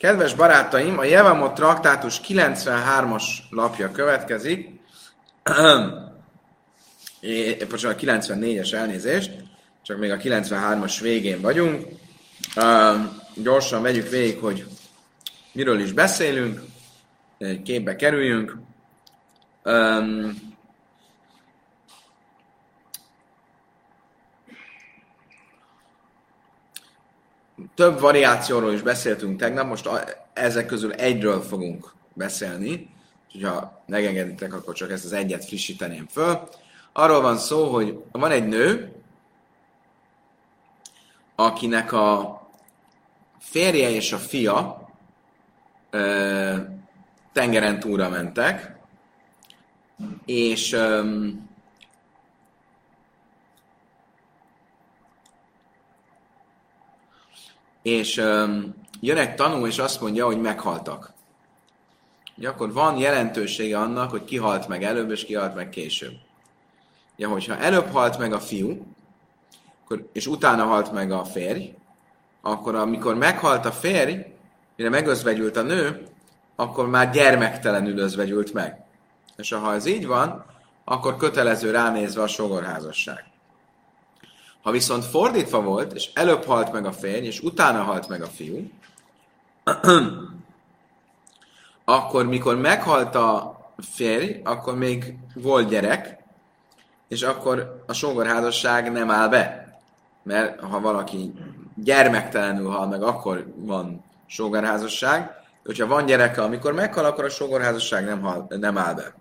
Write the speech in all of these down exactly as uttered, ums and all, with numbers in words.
Kedves barátaim, a Jevamot traktátus kilencvenhármas lapja következik. É, bocsánat, a kilencvennégyes elnézést, csak még a kilencvenhármas végén vagyunk. Uh, gyorsan vegyük végig, hogy miről is beszélünk, képbe kerüljünk. Um, Több variációról is beszéltünk tegnap, most a, ezek közül egyről fogunk beszélni, úgyhogy ha megengeditek, akkor csak ezt az egyet frissíteném föl. Arról van szó, hogy van egy nő, akinek a férje és a fia ö, tengeren túlra mentek, és ö, és um, jön egy tanú, és azt mondja, hogy meghaltak. Ugye akkor van jelentősége annak, hogy ki halt meg előbb, és ki halt meg később. Ugye, hogyha előbb halt meg a fiú, akkor, és utána halt meg a férj, akkor amikor meghalt a férj, mire megözvegyült a nő, akkor már gyermektelenül özvegyült meg. És ha ez így van, akkor kötelező ránézve a sógorházasság. Ha viszont fordítva volt, és előbb halt meg a férj, és utána halt meg a fiú, akkor mikor meghalt a férj, akkor még volt gyerek, és akkor a sógorházasság nem áll be. Mert ha valaki gyermektelenül hal meg, akkor van sógorházasság, hogyha van gyereke, amikor meghal, akkor a sógorházasság nem, hal, nem áll be.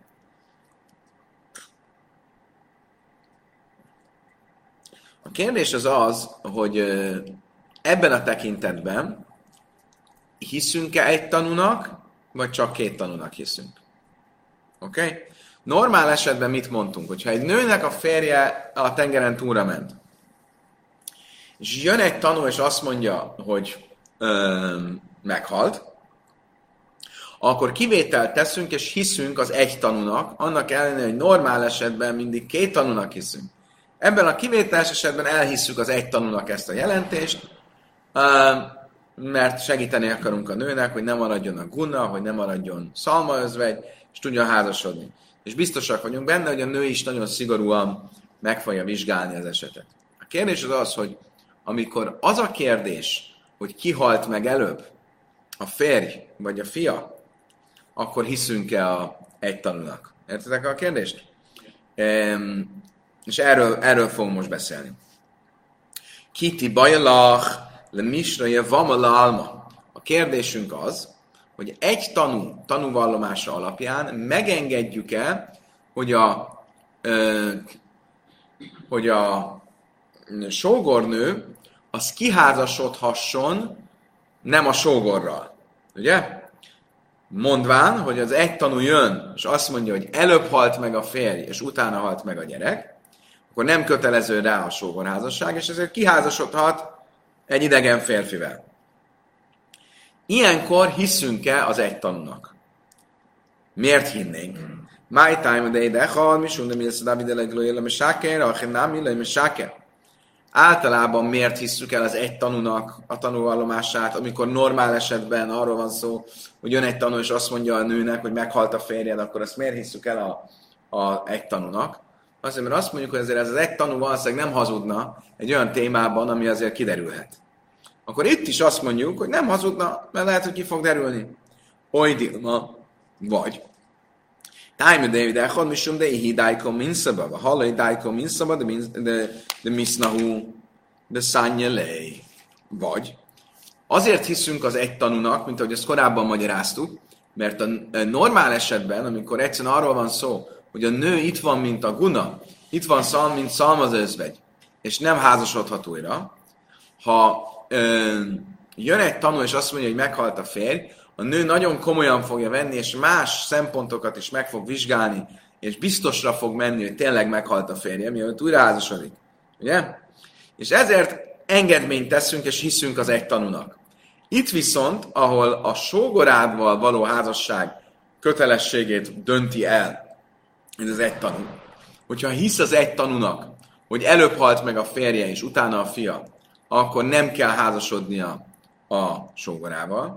A kérdés az az, hogy ebben a tekintetben hiszünk-e egy tanúnak, vagy csak két tanúnak hiszünk. Oké? Okay? Normál esetben mit mondtunk? Hogyha egy nőnek a férje a tengeren túlra ment, és jön egy tanú, és azt mondja, hogy ö, meghalt, akkor kivételt teszünk, és hiszünk az egy tanúnak, annak ellenére, hogy normál esetben mindig két tanúnak hiszünk. Ebben a kivételes esetben elhisszük az egy tanúnak ezt a jelentést, mert segíteni akarunk a nőnek, hogy ne maradjon a guna, hogy ne maradjon szalmaözvegy, és tudjon házasodni. És biztosak vagyunk benne, hogy a nő is nagyon szigorúan meg fogja vizsgálni az esetet. A kérdés az az, hogy amikor az a kérdés, hogy ki halt meg előbb, a férj vagy a fia, akkor hiszünk-e a egy tanúnak? Értitek a kérdést? Um, És erről, erről fogunk most beszélni. Kiti bajalach le misraje vamala alma. A kérdésünk az, hogy egy tanú, tanúvallomása alapján megengedjük-e, hogy a, ö, hogy a sógornő az kiházasodhasson nem a sógorral. Ugye? Mondván, hogy az egy tanú jön, és azt mondja, hogy előbb halt meg a férj, és utána halt meg a gyerek, akkor nem kötelező rá a sógorházasság, és ezért kiházasodhat egy idegen férfivel. Ilyenkor hiszünk-e az egy tanúnak? Miért hinnénk? My time of day dechal, mi sunda mi lesz a David elegülőjélem és sáker, a nem illem és sáker. Általában miért hisszük el az egy tanúnak a tanúvallomását, amikor normál esetben arról van szó, hogy jön egy tanú, és azt mondja a nőnek, hogy meghalt a férjed, akkor azt miért hisszük el a, a egy tanúnak? Azért, mert azt mondjuk, hogy azért ez az egy tanú valószínűleg nem hazudna egy olyan témában, ami azért kiderülhet. Akkor itt is azt mondjuk, hogy nem hazudna, mert lehet, hogy ki fog derülni. Oly dilma, vagy. Time David echad misum de ihi daiko minszaba, vagy hallai daiko minszaba, de misznahu, de szányelej. Vagy. Azért hiszünk az egy tanúnak, mint ahogy ezt korábban magyaráztuk, mert a normál esetben, amikor egyszerűen arról van szó, hogy a nő itt van, mint a guna, itt van szalm, mint szalmazözvegy, és nem házasodhat újra. Ha ö, jön egy tanú, és azt mondja, hogy meghalt a férj, a nő nagyon komolyan fogja venni, és más szempontokat is meg fog vizsgálni, és biztosra fog menni, hogy tényleg meghalt a férje, mielőtt újra házasodik. Ugye? És ezért engedményt teszünk, és hiszünk az egy tanúnak. Itt viszont, ahol a sógorával való házasság kötelességét dönti el, ez az egy tanú. Hogyha hisz az egy tanúnak, hogy előbb halt meg a férje és utána a fia, akkor nem kell házasodnia a sógorával.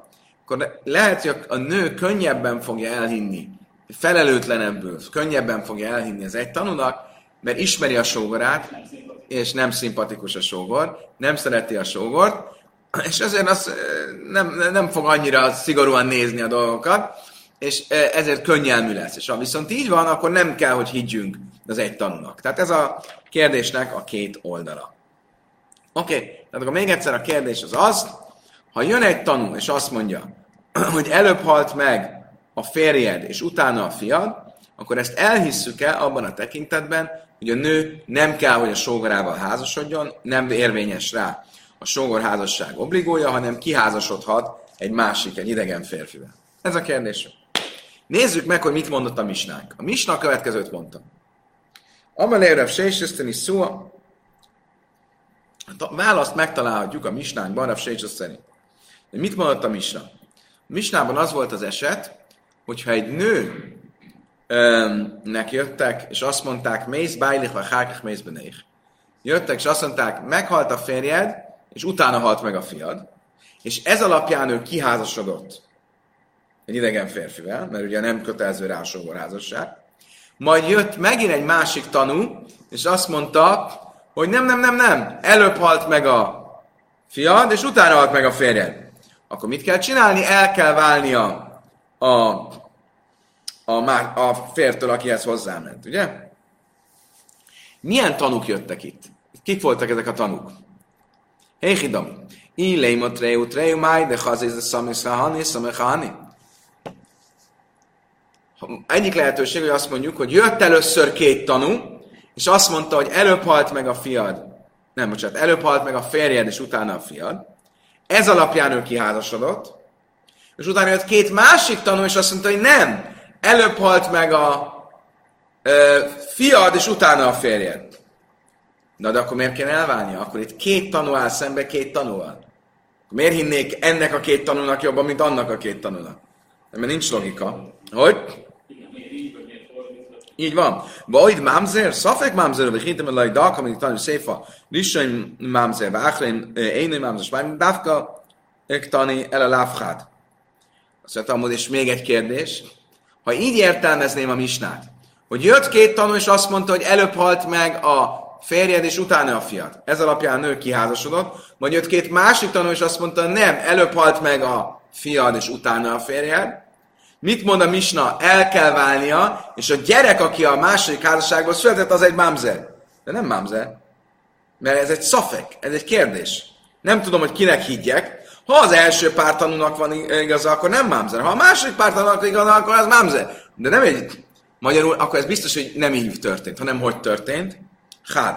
akkor lehet, hogy a nő könnyebben fogja elhinni, felelőtlenebbül, könnyebben fogja elhinni az egy tanúnak, mert ismeri a sógorát, és nem szimpatikus a sógor, nem szereti a sógort, és ezért az nem, nem fog annyira szigorúan nézni a dolgokat, és ezért könnyelmű lesz. És ha viszont így van, akkor nem kell, hogy higgyünk az egy tanúnak. Tehát ez a kérdésnek a két oldala. Oké, okay. Tehát akkor még egyszer a kérdés az az, ha jön egy tanú, és azt mondja, hogy előbb halt meg a férjed, és utána a fiad, akkor ezt elhisszük-e abban a tekintetben, hogy a nő nem kell, hogy a sógorával házasodjon, nem érvényes rá a sógorházasság obligója, hanem kiházasodhat egy másik, egy idegen férfivel. Ez a kérdés. Nézzük meg, hogy mit mondott a misnánk. A misna a következőt mondta. Amaléröv sésiszteni szó. A választ megtalálhatjuk a misnánkban, a sésis szerint. De mit mondott a misna? A misnában az volt az eset, hogyha egy nőnek jöttek, és azt mondták, mész bájlik, vagy hárkik mész benék. Jöttek, és azt mondták, meghalt a férjed, és utána halt meg a fiad, és ez alapján ő kiházasodott egy idegen férfivel, mert ugye nem kötelező rá a sógorházasság. Majd jött megint egy másik tanú, és azt mondta, hogy nem, nem, nem, nem, előbb halt meg a fiad, és utána halt meg a férjed. Akkor mit kell csinálni? El kell válnia a, a, a fértől, akihez hozzáment, ugye? Milyen tanúk jöttek itt? Kik voltak ezek a tanúk? Héhidami. Iléimot réu tréu máj, de hazéz a szamiszahani, szamechani. Egyik lehetőség, hogy azt mondjuk, hogy jött először két tanú, és azt mondta, hogy előbb halt meg a fiad. Nem, bocsánat, előbb halt meg a férjed, és utána a fiad. Ez alapján ő kiházasodott. És utána jött két másik tanú, és azt mondta, hogy nem, előbb halt meg a ö, fiad, és utána a férjed. Na, de akkor miért kéne elválnia? Akkor itt két tanú áll szembe két tanúval. Miért hinnék ennek a két tanúnak jobban, mint annak a két tanúnak? Mert nincs logika. Hogy? Így van. Vaid mamzer, szafek mamzer, vagy hintem el, hogy dalka, mint tanú széfa, lissaim mamzer, vagy áhraim énő mamzer, vagy dávka, tani el a lávhát. Azt mondtam, és még egy kérdés. Ha így értelmezném a misnát, hogy jött két tanú, és azt mondta, hogy előbb halt meg a férjed, és utána a fiad. Ez alapján nő kiházasodott. Majd jött két másik tanú, és azt mondta, nem, előbb halt meg a fiad, és utána a férjed. Mit mond a misna? El kell válnia, és a gyerek, aki a második házasságból született, az egy mamzer. De nem mamzer. Mert ez egy szafek, ez egy kérdés. Nem tudom, hogy kinek higgyek. Ha az első pár tanúnak van igaza, akkor nem mamzer. Ha a második pár tanúnak van igaza, akkor az mamzer. De nem egy... Magyarul, akkor ez biztos, hogy nem így történt, hanem hogy történt. Hád.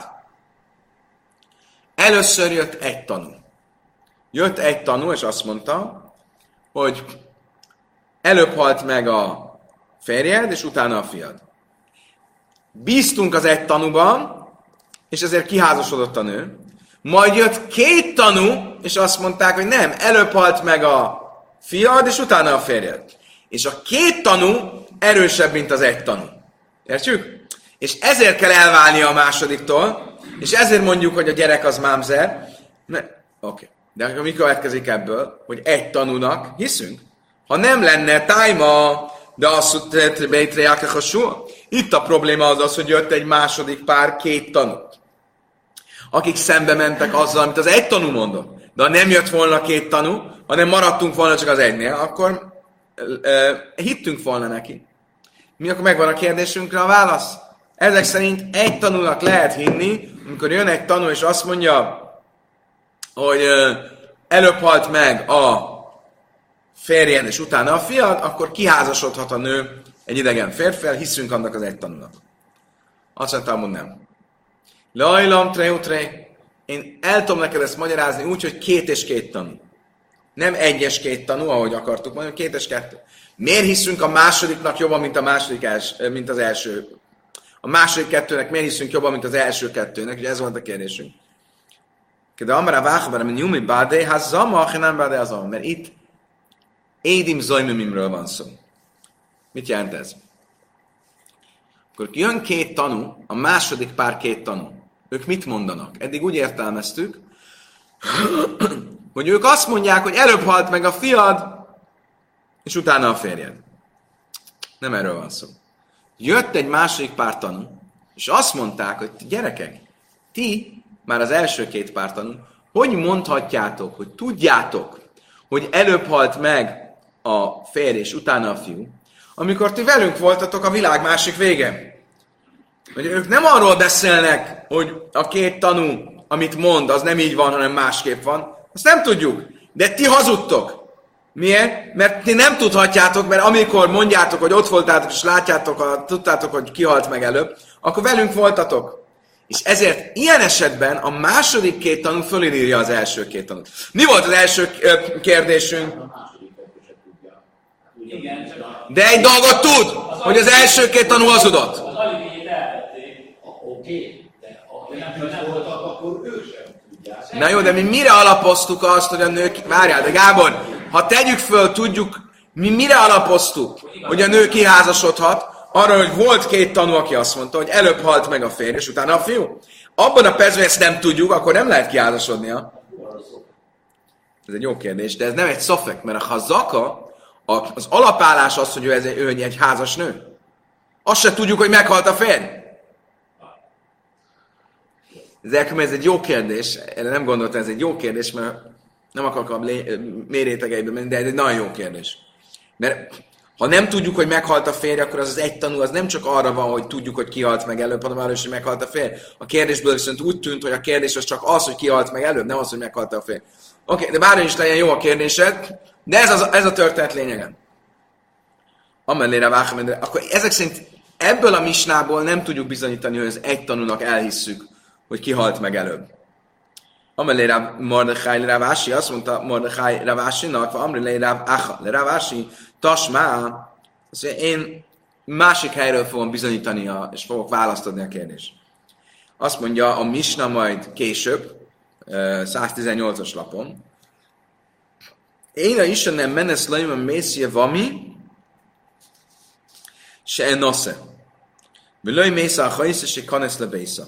Először jött egy tanú. Jött egy tanú, és azt mondta, hogy előbb halt meg a férjed, és utána a fiad. Bíztunk az egy tanúban, és ezért kiházasodott a nő. Majd jött két tanú, és azt mondták, hogy nem, előbb halt meg a fiad, és utána a férjed. És a két tanú erősebb, mint az egy tanú. Értjük? És ezért kell elválnia a másodiktól, és ezért mondjuk, hogy a gyerek az mámzer. Oké. Okay. De akkor mi következik ebből? Hogy egy tanúnak hiszünk. Ha nem lenne tájma, de azt mondta, itt a probléma az az, hogy jött egy második pár, két tanú, akik szembe mentek azzal, amit az egy tanú mondott. De ha nem jött volna két tanú, hanem maradtunk volna csak az egynél, akkor uh, hittünk volna neki. Mi akkor megvan a kérdésünkre a válasz? Ezek szerint egy tanúnak lehet hinni, amikor jön egy tanú, és azt mondja, hogy uh, előbb halt meg a férjen, és utána a fiad, akkor kiházasodhat a nő egy idegen férfivel, hiszünk annak az egy tanúnak. Azt mondtam, hogy nem. Lajlam, treutré. Én el tudom neked ezt magyarázni úgy, hogy két és két tanú. Nem egyes két tanú, ahogy akartuk mondani, két és kettő. Miért hiszünk a másodiknak jobban, mint, a második els, mint az első? A második kettőnek miért hiszünk jobban, mint az első kettőnek? Ugye ez volt a kérdésünk. De amara vágban, mint nyumi bádé, ha zama, ha nem bádé, az mert itt édim zajmimimről van szó. Mit jelent ez? Akkor jön két tanú, a második pár két tanú. Ők mit mondanak? Eddig úgy értelmeztük, hogy ők azt mondják, hogy előbb halt meg a fiad, és utána a férjed. Nem erről van szó. Jött egy második pár tanú, és azt mondták, hogy gyerekek, ti, már az első két pár tanú, hogy mondhatjátok, hogy tudjátok, hogy előbb halt meg a férj, és utána a fiú, amikor ti velünk voltatok a világ másik vége. Hogy ők nem arról beszélnek, hogy a két tanú, amit mond, az nem így van, hanem másképp van. Azt nem tudjuk. De ti hazudtok. Miért? Mert ti nem tudhatjátok, mert amikor mondjátok, hogy ott voltátok, és látjátok, tudtátok, hogy ki halt meg előbb, akkor velünk voltatok. És ezért ilyen esetben a második két tanú fölírja az első két tanút. Mi volt az első kérdésünk? De egy dolgot tud, hogy az első két tanú hazudott. Na jó, de mi mire alapoztuk azt, hogy a nők... Várjál, de Gábor, ha tegyük föl, tudjuk, mi mire alapoztuk, hogy a nő kiházasodhat, arra, hogy volt két tanú, aki azt mondta, hogy előbb halt meg a férj, és utána a fiú. Abban a percben, ezt nem tudjuk, akkor nem lehet kiházasodnia. Ez egy jó kérdés, de ez nem egy szafek, mert ha zaka, az alapállás az, hogy ő, ez egy, ő egy házas nő. Azt se tudjuk, hogy meghalt a férj. Ez egy jó kérdés, erre nem gondoltam, ez egy jó kérdés, mert nem akarok a mély rétegeibe menni, de ez egy nagyon jó kérdés. Mert ha nem tudjuk, hogy meghalt a férj, akkor az az egy tanú, az nem csak arra van, hogy tudjuk, hogy ki halt meg előbb, hanem arra is, hogy meghalt a férj. A kérdésből viszont úgy tűnt, hogy a kérdés az csak az, hogy ki halt meg előbb, nem az, hogy meghalt a férj. Oké, okay, de bárhogy is legyen jó a kérdésed, de ez, az, ez a történet lényege. Amellére vágom, akkor ezek szerint ebből a misnából nem tudjuk bizonyítani, hogy az egy tanúnak elhisszük, hogy ki halt meg előbb. Amellére Mordechai Ravási, azt mondta Mordechai Ravásinak, vagy Amri Rav Acha, Ravási, tasmá, azt mondja, én másik helyről fogom bizonyítani, a, és fogok választani a kérdést. Azt mondja a misna majd később, száztizennyolcas lapon, én a Istenem menesz lajma mészje vami, se enosze. Vilaj mésza a hajsz, se kanesz lebésza.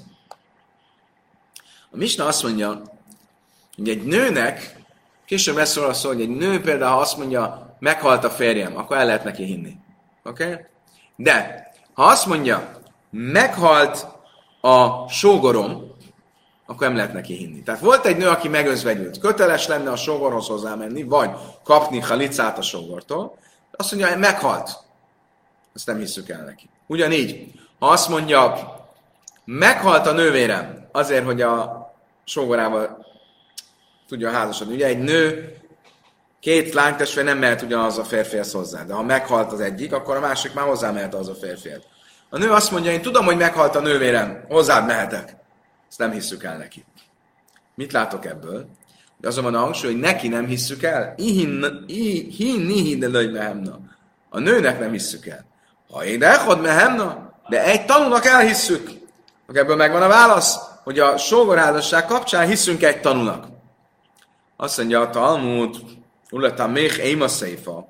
A misna azt mondja, hogy egy nőnek, később lesz róla szó, hogy egy nő például, ha azt mondja, meghalt a férjem, akkor el lehet neki hinni. Oké? Okay? De, ha azt mondja, meghalt a sógorom, akkor nem lehet neki hinni. Tehát volt egy nő, aki megözvegyült. Köteles lenne a sógorhoz hozzámenni, vagy kapni halicát a sógortól. Azt mondja, hogy meghalt. Ezt nem hisszük el neki. Ugyanígy, ha azt mondja, meghalt a nővérem, azért, hogy a sógorával tudja házasodni. Ugye egy nő, két lánytestvér nem mehet ugyanaz a férfihez hozzá, de ha meghalt az egyik, akkor a másik már hozzá mehet az a férfihez. A nő azt mondja, én tudom, hogy meghalt a nővérem, hozzád mehetek. Ezt nem hisszük el neki. Mit látok ebből? De azonban a hangsúly, hogy neki nem hisszük el. Hin nihin elej mehemna. A nőnek nem hisszük el. Ha én echad mehemna, de egy tanúnak elhisszük. Ebből megvan a válasz, hogy a sógorházasság kapcsán hiszünk egy tanúnak. Azt mondja a Talmud, uletám még éma széfa.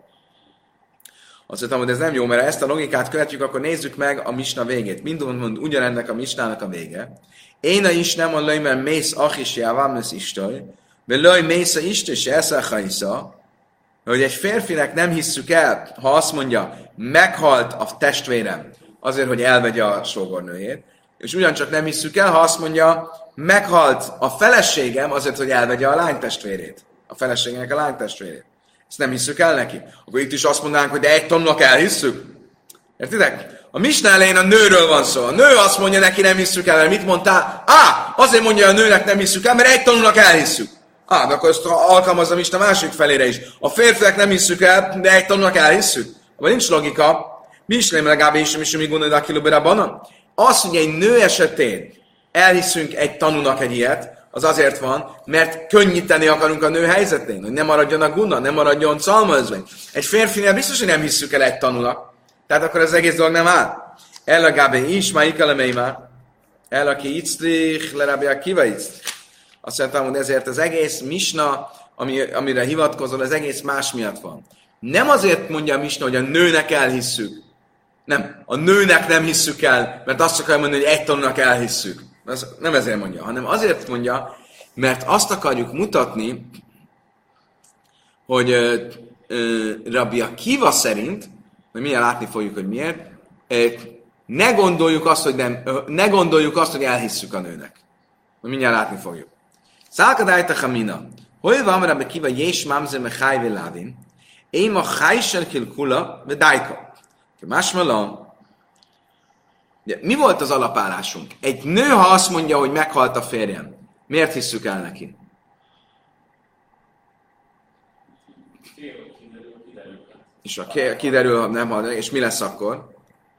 Azt mondtam, hogy ez nem jó, mert ha ezt a logikát követjük, akkor nézzük meg a misna végét. Mindent mond ugyanennek a misnának a vége. Én a is nem mondom, mert mész achis jávámesz istaj, de löj mész a istaj, se eszel hajsza, hogy egy férfinek nem hisszük el, ha azt mondja, meghalt a testvérem azért, hogy elvegye a sógornőjét, és ugyancsak nem hisszük el, ha azt mondja, meghalt a feleségem azért, hogy elvegye a lánytestvérét. A feleségének a lánytestvérét. Ezt nem hisszük el neki. Akkor itt is azt mondanánk, hogy de egy tanúnak elhisszük. Értitek? A misna elején a nőről van szó. A nő azt mondja neki, nem hisszük el, mert mit mondtál? Á, azért mondja, hogy a nőnek nem hisszük el, mert egy tanúnak elhisszük. Á, de akkor ezt alkalmazza a misna másik felére is. A férfiak nem hisszük el, de egy tanúnak elhisszük. Vagy nincs logika. Mi is lém legalább is, mi gondolod a kilóbérában? Az, hogy egy nő esetén elhiszünk egy tanúnak egy ilyet, az azért van, mert könnyíteni akarunk a nő helyzetén, hogy ne maradjon a guna, ne maradjon calmazvény. Egy férfinél biztos, hogy nem hisszük el egy tanúnak. Tehát akkor az egész dolog nem áll. El a gábé is, már ikalemei már. El aki itztrich, lerabja kiva itztrich. Azt mondtam, hogy ezért az egész misna, ami, amire hivatkozol, az egész más miatt van. Nem azért mondja a misna, hogy a nőnek elhisszük. Nem, a nőnek nem hisszük el, mert azt akarja mondani, hogy egy tanúnak elhisszük. Az nem ezért mondja, hanem azért mondja, mert azt akarjuk mutatni, hogy Rabbi Akiva szerint, hogy milyen látni fogjuk, hogy miért, ne gondoljuk azt, hogy nem, ne gondoljuk azt, hogy elhisszük a nőnek. Hogy mindjárt látni fogjuk. Szálkadájta Hamina. Hol van Rabbi Akiva jés mamzer mechai velávin? Én a chájsel kilkula vedájka. Másmalom. Mi volt az alapállásunk? Egy nő, ha azt mondja, hogy meghalt a férjem, miért hisszük el neki? És a kiderül, ha nem hal, és mi lesz akkor?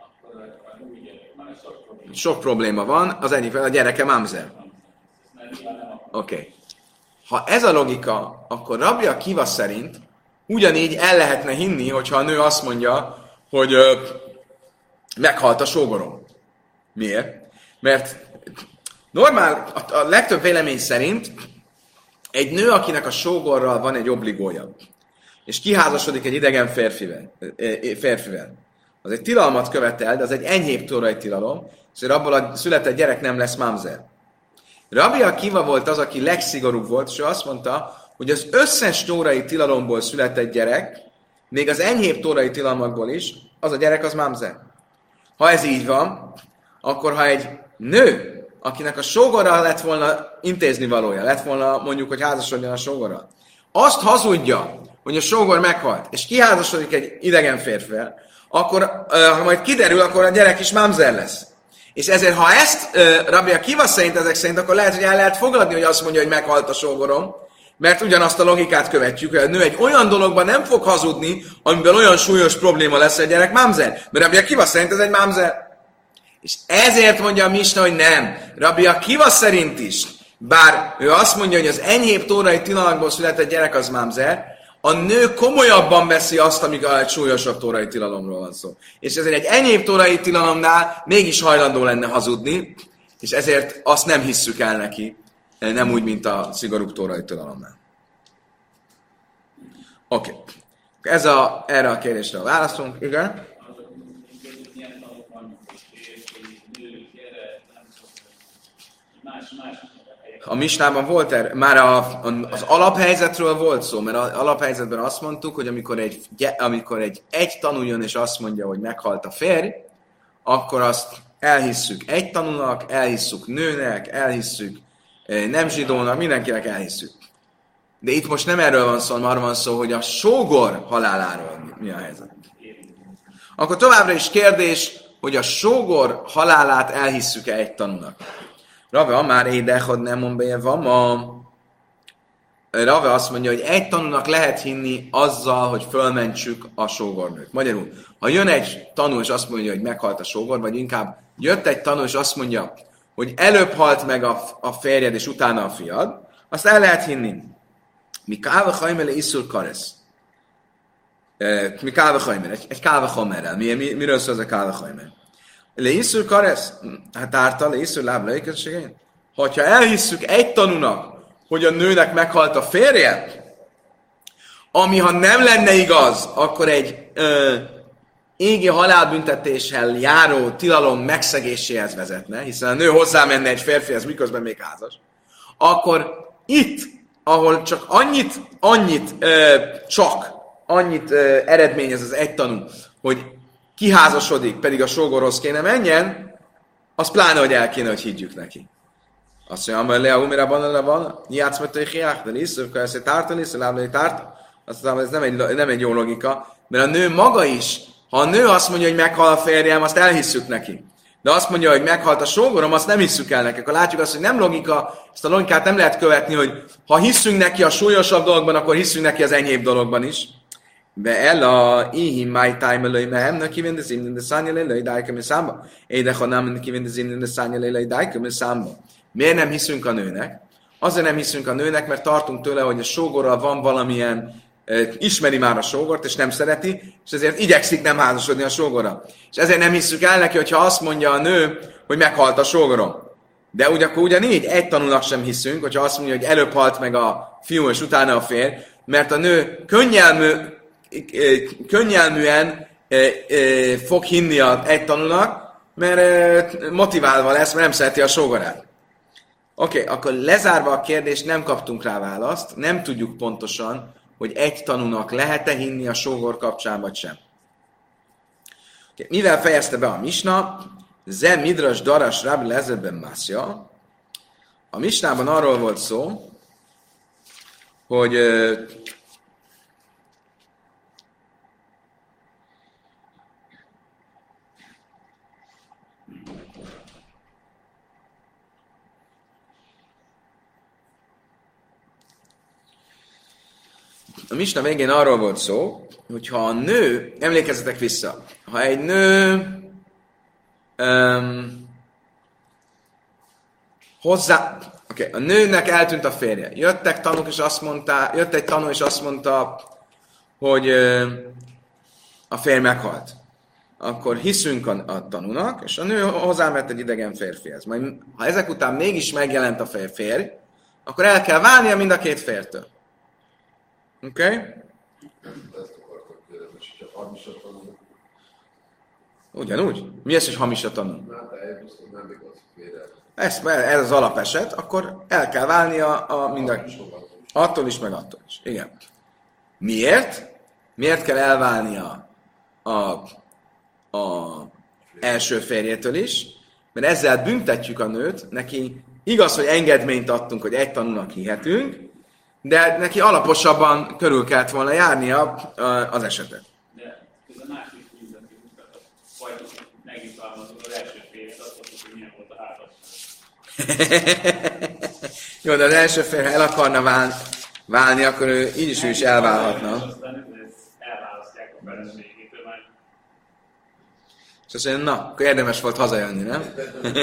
Sok probléma van, az egyik a gyereke mamzer. Oké. Okay. Ha ez a logika, akkor Rabbi Akiva szerint ugyanígy el lehetne hinni, hogyha a nő azt mondja, hogy ö, meghalt a sógorom. Miért? Mert normál, a, a legtöbb vélemény szerint egy nő, akinek a sógorral van egy obligója, és kiházasodik egy idegen férfivel, férfivel, az egy tilalmat követel, de az egy enyhébb tórai tilalom, és abból a született gyerek nem lesz mamzer. Rabbi Akiva volt az, aki legszigorúbb volt, és ő azt mondta, hogy az összes tórai tilalomból született gyerek, még az enyhébb tórai tilalmakból is, az a gyerek az mamzer. Ha ez így van, akkor ha egy nő, akinek a sógorral lett volna intézni valója, lett volna mondjuk, hogy házasodjon a sógorral, azt hazudja, hogy a sógor meghalt, és kiházasodik egy idegen férfivel, akkor, ha majd kiderül, akkor a gyerek is mamzer lesz. És ezért, ha ezt uh, Rabbi Akiva szerint, ezek szerint, akkor lehet, hogy el lehet fogadni, hogy azt mondja, hogy meghalt a sógorom, mert ugyanazt a logikát követjük, hogy a nő egy olyan dologban nem fog hazudni, amiben olyan súlyos probléma lesz, hogy a gyerek mamzer. Mert Rabbi Akiva szerint ez egy mamzer. És ezért mondja a Misna, hogy nem. Rabbi Akiva szerint is, bár ő azt mondja, hogy az enyhébb tórai tilalomból született gyerek az mamzer, a nő komolyabban veszi azt, amikor egy súlyosabb tórai tilalomról van szó. És ezért egy enyhébb tórai tilalomnál mégis hajlandó lenne hazudni, és ezért azt nem hisszük el neki, nem úgy, mint a szigorúbb tórai tilalomnál. Oké. Okay. Ez a, erre a kérdésre válaszolunk. Igen? A Misnában volt erre, már a, az alaphelyzetről volt szó, mert az alaphelyzetben azt mondtuk, hogy amikor egy, amikor egy, egy tanú jön és azt mondja, hogy meghalt a férj, akkor azt elhisszük egy tanúnak, elhisszük nőnek, elhisszük nem zsidónak, mindenkinek elhisszük. De itt most nem erről van szó, hanem arról van szó, hogy a sógor haláláról mi a helyzet. Akkor továbbra is kérdés, hogy a sógor halálát elhisszük-e egy tanúnak. Rave már édechod nem mondja, van ma. Rave azt mondja, hogy egy tanúnak lehet hinni azzal, hogy fölmentsük a sógornőt. Magyarul, ha jön egy tanú és azt mondja, hogy meghalt a sógor, vagy inkább jött egy tanú és azt mondja, hogy előbb halt meg a, a férjed és utána a fiad, azt el lehet hinni. Mi káva hajmele iszur karesz. Mi káva hajmele, egy, egy káva hajmerrel. Mi, mi, miről szól ez a káva hajmer? Le iszur karesz? Hát árta, le iszur láb leikességén. Ha elhisszük egy tanúnak, hogy a nőnek meghalt a férje, ami ha nem lenne igaz, akkor egy ö, égi halálbüntetéssel járó tilalom megszegéséhez vezetne, hiszen a nő hozzámenne egy férfihez, miközben még házas, akkor itt, ahol csak annyit, annyit, ö, csak annyit ö, eredményez az egy tanú, hogy kiházasodik, pedig a sógorhoz kéne menjen, az pláne, hogy el kéne, hogy higgyük neki. Azt mondja, hogy Lea Umirában le van, játszmetői hiák, de lisz, akkor ezt tárta, lisz, láblai tárt, azt mondom, ez nem egy, nem egy jó logika, mert a nő maga is, ha a nő azt mondja, hogy meghal a férjem, azt elhisszük neki. De azt mondja, hogy meghalt a sógorom, azt nem hisszük el neki. Akkor látjuk azt, hogy nem logika, ezt a logikát nem lehet követni, hogy ha hiszünk neki a súlyosabb dologban, akkor hiszünk neki az enyhébb dologban is. De el a ihim mai time elői mehem, neki vende zimni, de szányi lélei dájka mi számba. Éde, ha nem neki vende zimni, de szányi lélei dájka mi számba. Miért nem hiszünk a nőnek? Azért nem hiszünk a nőnek, mert tartunk tőle, hogy a sógorral van valamilyen, e, ismeri már a sógort, és nem szereti, és ezért igyekszik nem házasodni a sógorral. És ezért nem hiszük el neki, hogyha azt mondja a nő, hogy meghalt a sógorom. De úgy, akkor ugyanígy egy tanúnak sem hiszünk, hogyha azt mondja, hogy előbb halt meg a fiú, és utána a férj, mert a nő könnyelmű, könnyelműen e, e, fog hinni a egy tanúnak, mert e, motiválva lesz, mert nem szereti a sógorát. Oké, okay, akkor lezárva a kérdést, nem kaptunk rá választ, nem tudjuk pontosan, hogy egy tanúnak lehet-e hinni a sógor kapcsán, vagy sem. Mivel fejezte be a misna? Ze midras daras rabbi lezerben mászja. A misnában arról volt szó, hogy a misna végén arról volt szó, hogy ha a nő, emlékezzetek vissza, ha egy nő um, hozzá, oké, okay, a nőnek eltűnt a férje. Jöttek tanúk, és azt mondta, jött egy tanú, és azt mondta, hogy uh, a férj meghalt. Akkor hiszünk a, a tanúnak, és a nő hozzáment egy idegen férfihez. Majd, ha ezek után mégis megjelent a férj, akkor el kell válnia mind a két fértől. Oké? Okay? Ugyanúgy. Mi ez, hogy hamis a tanú? Ez, ez az alapeset, akkor el kell válnia a, a mind attól is, meg attól is. Igen. Miért? Miért kell elválnia a, a első férjétől is? Mert ezzel büntetjük a nőt, neki igaz, hogy engedményt adtunk, hogy egy tanúnak hihetünk, de neki alaposabban körül kellett volna járnia az esetet. De ez a másik büntető mutat, vagy megjutalmazunk az első férjet, azt mondjuk, hogy milyen volt a házasság. Jó, de az első fél, ha el akarna válni, válni, akkor ő így is ő is elválhatna. Elválasztják a feleségétől már. És azt mondja, na, akkor érdemes volt hazajönni, nem?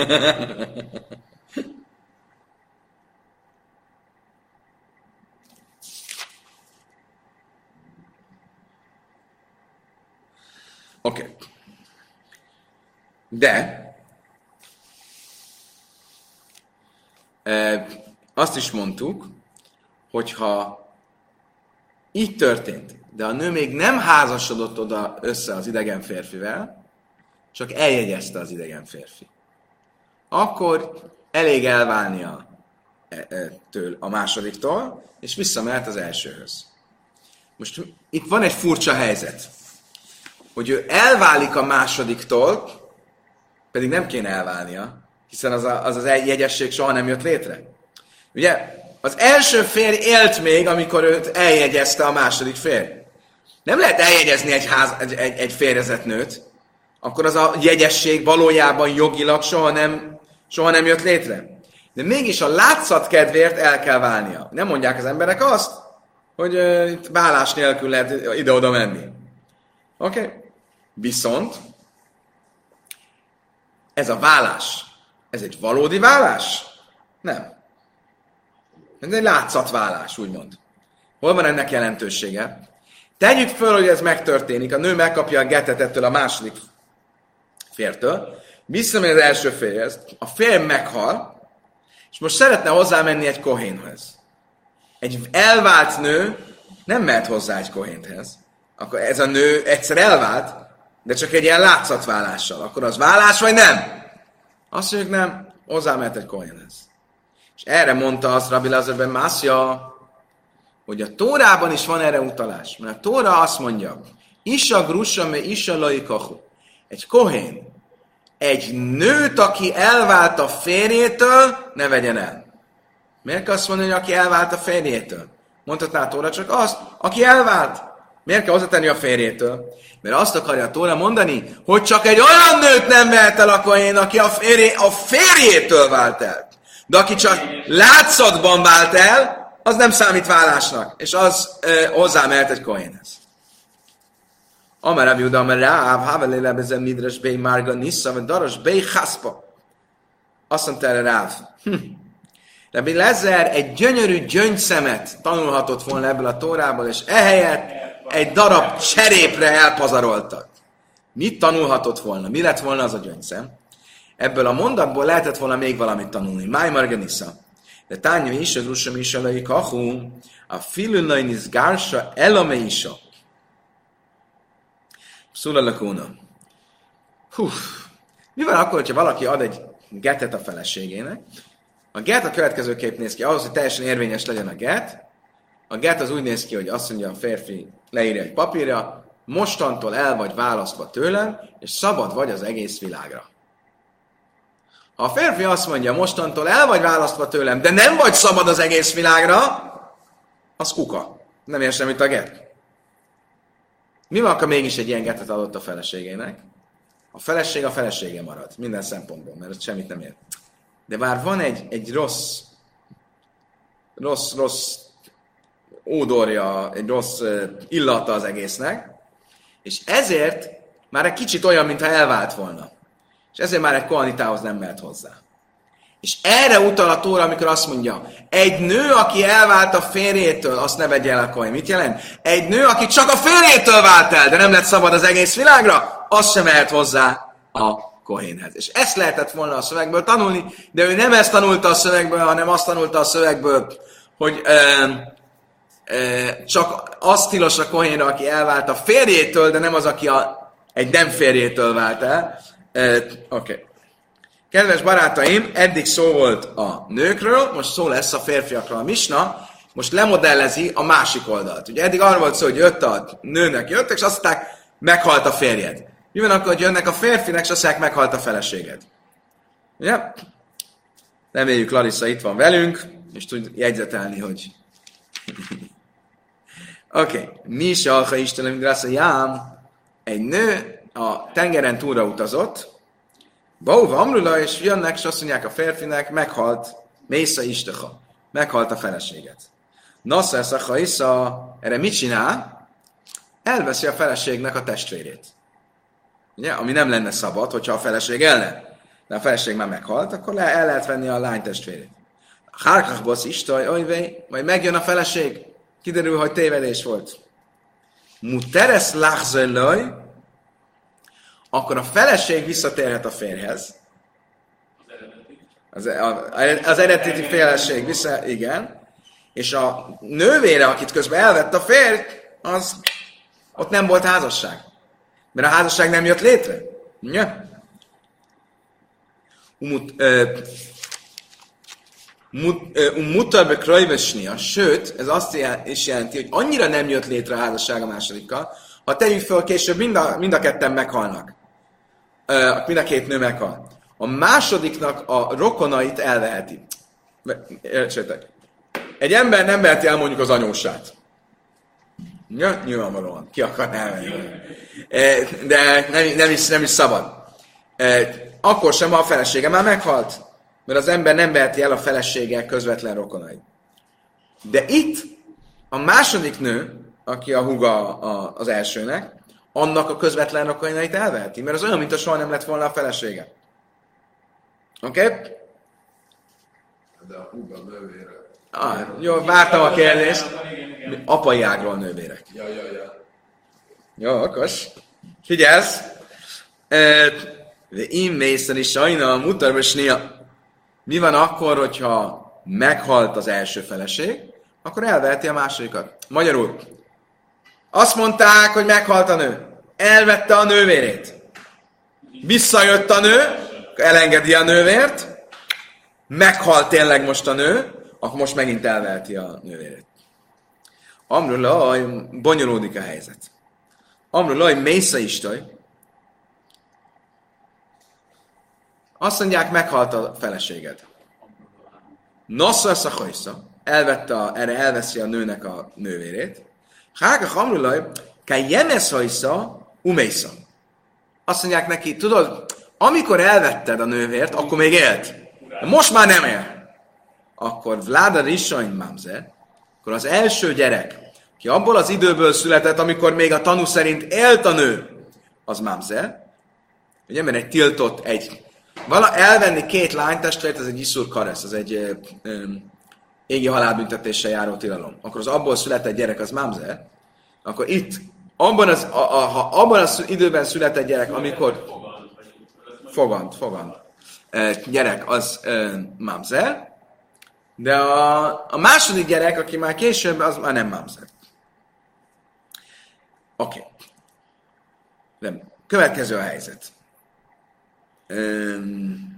Oké. Okay. De e, azt is mondtuk, hogyha így történt, de a nő még nem házasodott oda össze az idegen férfivel, csak eljegyezte az idegen férfi. Akkor elég elválnia től a másodiktól, és visszamehet az elsőhöz. Most itt van egy furcsa helyzet, hogy ő elválik a másodiktól, pedig nem kéne elválnia, hiszen az a, az, az jegyesség soha nem jött létre. Ugye, az első férj élt még, amikor őt eljegyezte a második férj. Nem lehet eljegyezni egy, ház, egy, egy, egy férjezett nőt, akkor az a jegyesség valójában jogilag soha nem, soha nem jött létre. De mégis a látszat kedvéért el kell válnia. Nem mondják az emberek azt, hogy uh, itt vállás nélkül lehet ide-oda menni. Oké? Okay? Viszont ez a vállás, ez egy valódi vállás? Nem. Ez egy látszatválás, úgymond. Hol van ennek jelentősége? Tegyük föl, hogy ez megtörténik, a nő megkapja a getet ettől a második fértől, visszamegy az első férjhez, a férj meghal, és most szeretne hozzámenni egy kohénhez. Egy elvált nő nem mehet hozzá egy kohénhez. Akkor ez a nő egyszer elvált, de csak egy ilyen látszatválással. Akkor az vállás, vagy nem? Azt mondjuk nem, hozzámehet egy kohénhez. És erre mondta azt Rabbi Lazar ben Mászja, hogy a Tórában is van erre utalás. Mert a Tóra azt mondja, Isha grussa me isha laikahu. Egy kohén, egy nőt, aki elvált a férjétől, ne vegyen el. Miért kell azt mondani, hogy aki elvált a férjétől? Mondhatná a Tóra csak azt, aki elvált. Miért kell hozzátenni a férjétől? Mert azt akarja a Tóra mondani, hogy csak egy olyan nőt nem vehet el a kohén, aki a, férjé, a férjétől vált el. De aki csak látszatban vált el, az nem számít vállásnak, és az e, hozzámehet egy kohénhez. Amar Rabbi Yehuda, amar Ráv, haveléle bezen midras bej márga nissza, vagy daras bej chaszpa. Azt mondta erre Ráv. Hm. Rabbi Lezer egy gyönyörű gyöngyszemet tanulhatott volna ebből a Tórából, és ehelyett egy darab cserépre elpazaroltak. Mit tanulhatott volna? Mi lett volna az a gyöngyszem? Ebből a mondatból lehetett volna még valamit tanulni. Máj marga nissza. De tánya is, az usa mi is alai kahu, a filulainis gársa elame isa. Szulalakuna. Hú, mi van akkor, hogyha valaki ad egy getet a feleségének? A get a következőképp néz ki, ahhoz, hogy teljesen érvényes legyen a get, A get az úgy néz ki, hogy azt mondja a férfi, leírja egy papírra, mostantól el vagy választva tőlem, és szabad vagy az egész világra. Ha a férfi azt mondja, mostantól el vagy választva tőlem, de nem vagy szabad az egész világra, az kuka. Nem ér semmit a get. Mi van, ha mégis egy ilyen getet adott a feleségének? A feleség a felesége marad, minden szempontból, mert ez semmit nem ér. De bár van egy, egy rossz, rossz, rossz ódorja, egy rossz illata az egésznek, és ezért már egy kicsit olyan, mintha elvált volna. És ezért már egy kohanitához nem mehet hozzá. És erre utal a Tóra, amikor azt mondja, egy nő, aki elvált a férjétől, azt ne vegye el a kohén. Mit jelent? Egy nő, aki csak a férjétől vált el, de nem lett szabad az egész világra, az sem mehet hozzá a kohénhez. És ezt lehetett volna a szövegből tanulni, de ő nem ezt tanulta a szövegből, hanem azt tanulta a szövegből, hogy ö, ö, csak az tilos a kohénra, aki elvált a férjétől, de nem az, aki a, egy nem férjétől vált el. Oké. Okay. Kedves barátaim, eddig szó volt a nőkről, most szó lesz a férfiakról. A misna most lemodellezi a másik oldalt. Ugye eddig arról volt szó, hogy jött a nőnek, jöttek, és azt mondták, meghalt a férjed. Mi van akkor, hogy jönnek a férfinek, és azt mondják, meghalt a feleséged? Ugye? Reméljük, Larissa itt van velünk, és tud jegyzetelni, hogy... Oké. Okay. Misa, ha Istenem, grásza, jám, egy nő a tengeren túlra utazott, Bauva Amrula, és jönnek, és azt mondják a férfinek, meghalt, Mésza Isteha, meghalt a feleséget. Nasza Eszacha Isza, erre mit csinál? Elveszi a feleségnek a testvérét. Ugye? Ami nem lenne szabad, hogyha a feleség ellen. De a feleség már meghalt, akkor le, el lehet venni a lány testvérét. Hárkachbosz Istaj, ojvé, majd megjön a feleség, kiderül, hogy tévedés volt. Muteres lachzölöj, akkor a feleség visszatérhet a férjhez. Az, az eredeti feleség vissza, igen. És a nővére, akit közben elvett a férj, az ott nem volt házasság. Mert a házasság nem jött létre. Ugye? Mutarbe krajvesnia, sőt, ez azt is jelenti, hogy annyira nem jött létre a házasság a másodikkal, ha tegyük föl, később mind a, mind a ketten meghalnak. Uh, mind a két nő meghal. A másodiknak a rokonait elveheti. Értsétek. Egy ember nem veheti el mondjuk az anyósát. Ja, nyilvánvalóan. Ki akar elvenni. De nem, nem, is, nem is szabad. Akkor sem, ha a felesége már meghalt. Mert az ember nem veheti el a felesége közvetlen rokonait. De itt a második nő, aki a húga az elsőnek, annak a közvetlen rokonait elveheti, mert az olyan, mint a soha nem lett volna a felesége. Oké? Okay? De a húga nővére. Ah, jó, vártam a kérdést. Apai ágról nővérek. Ja, ja, ja. Jó, okos. Figyelsz? De én mészen is sajna a mutarvesnia. Mi van akkor, hogyha meghalt az első feleség, akkor elveheti a másodikat. Magyarul, azt mondták, hogy meghalt a nő. Elvette a nővérét. Visszajött a nő, elengedi a nővért, meghalt tényleg most a nő, akkor most megint elveheti a nővérét. Amrulaj, bonyolódik a helyzet. Amrulaj, Mésza Istaj. Azt mondják, meghalt a feleséged. Nosza Szachajsza, elvette a, erre elveszi a nőnek a nővérét. Hága Amrulaj, Ká Jeneszajsza, Umésza. Azt mondják neki, tudod, amikor elvetted a nővért, akkor még élt. De most már nem él. Akkor Vláda Rissain Mamzer, akkor az első gyerek, ki abból az időből született, amikor még a tanú szerint élt a nő, az Mamzer. Ugye, mert egy tiltott, egy vala elvenni két lánytestvért, ez egy iszur karesz, ez egy ö, ö, égi halálbüntetéssel járó tilalom. Akkor az abból született gyerek, az Mamzer. Akkor itt, abban az, a, a, ha abban az időben született gyerek, amikor fogant, fogant e, gyerek, az e, Mamzer, de a, a második gyerek, aki már később, az már nem Mamzer. Oké. Okay. Következő a helyzet. Um,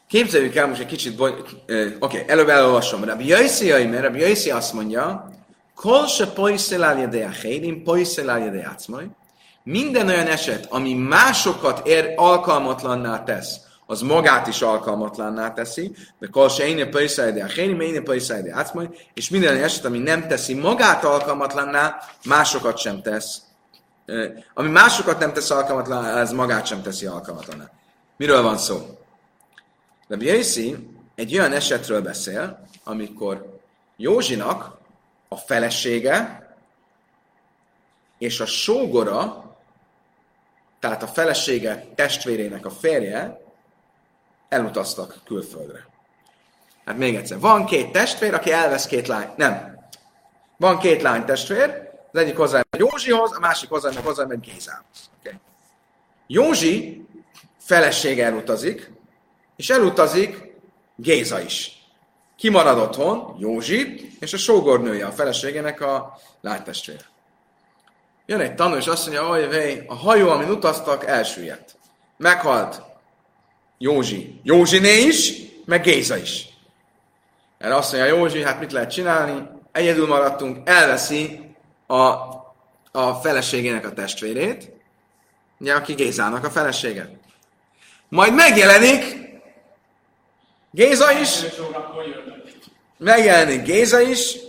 Képzeljük el most egy kicsit, boly... oké, okay, előbb elolvasom. Rabbi Yossi, mert Rabbi Yossi azt mondja, kol se poiszel al yedei acherim, poiszel al yedei atzmai. Minden olyan eset, ami másokat ér, alkalmatlanná tesz, az magát is alkalmatlanná teszi, de kol se éne poiszel al yedei acherim, éne poiszel al yedei atzmai, és minden olyan eset, ami nem teszi magát alkalmatlanná, másokat sem tesz. Ami másokat nem tesz alkalmatlanná, ez magát sem teszi alkalmatlanná. Miről van szó? Rabbi Yossi egy olyan esetről beszél, amikor Józsinak a felesége és a sógora, tehát a felesége testvérének a férje elutaztak külföldre. Hát még egyszer, van két testvér, aki elvesz két lány. Nem. Van két lány testvér, az egyik hozzá megy Józsihoz, a másik hozzá megy, hozzá megy Gézához. Okay. Józsi felesége elutazik, és elutazik Géza is. Ki marad otthon? Józsi, és a sógornője, a feleségének a lánytestvére. Jön egy tanú, és azt mondja, hogy vej, a hajó, amin utaztak, elsüllyedt. Meghalt Józsi. Józsiné is, meg Géza is. Erre azt mondja Józsi, hát mit lehet csinálni? Egyedül maradtunk, elveszi a, a feleségének a testvérét, ugye, aki Gézának a felesége. Majd megjelenik Géza is, megjelenik Géza is,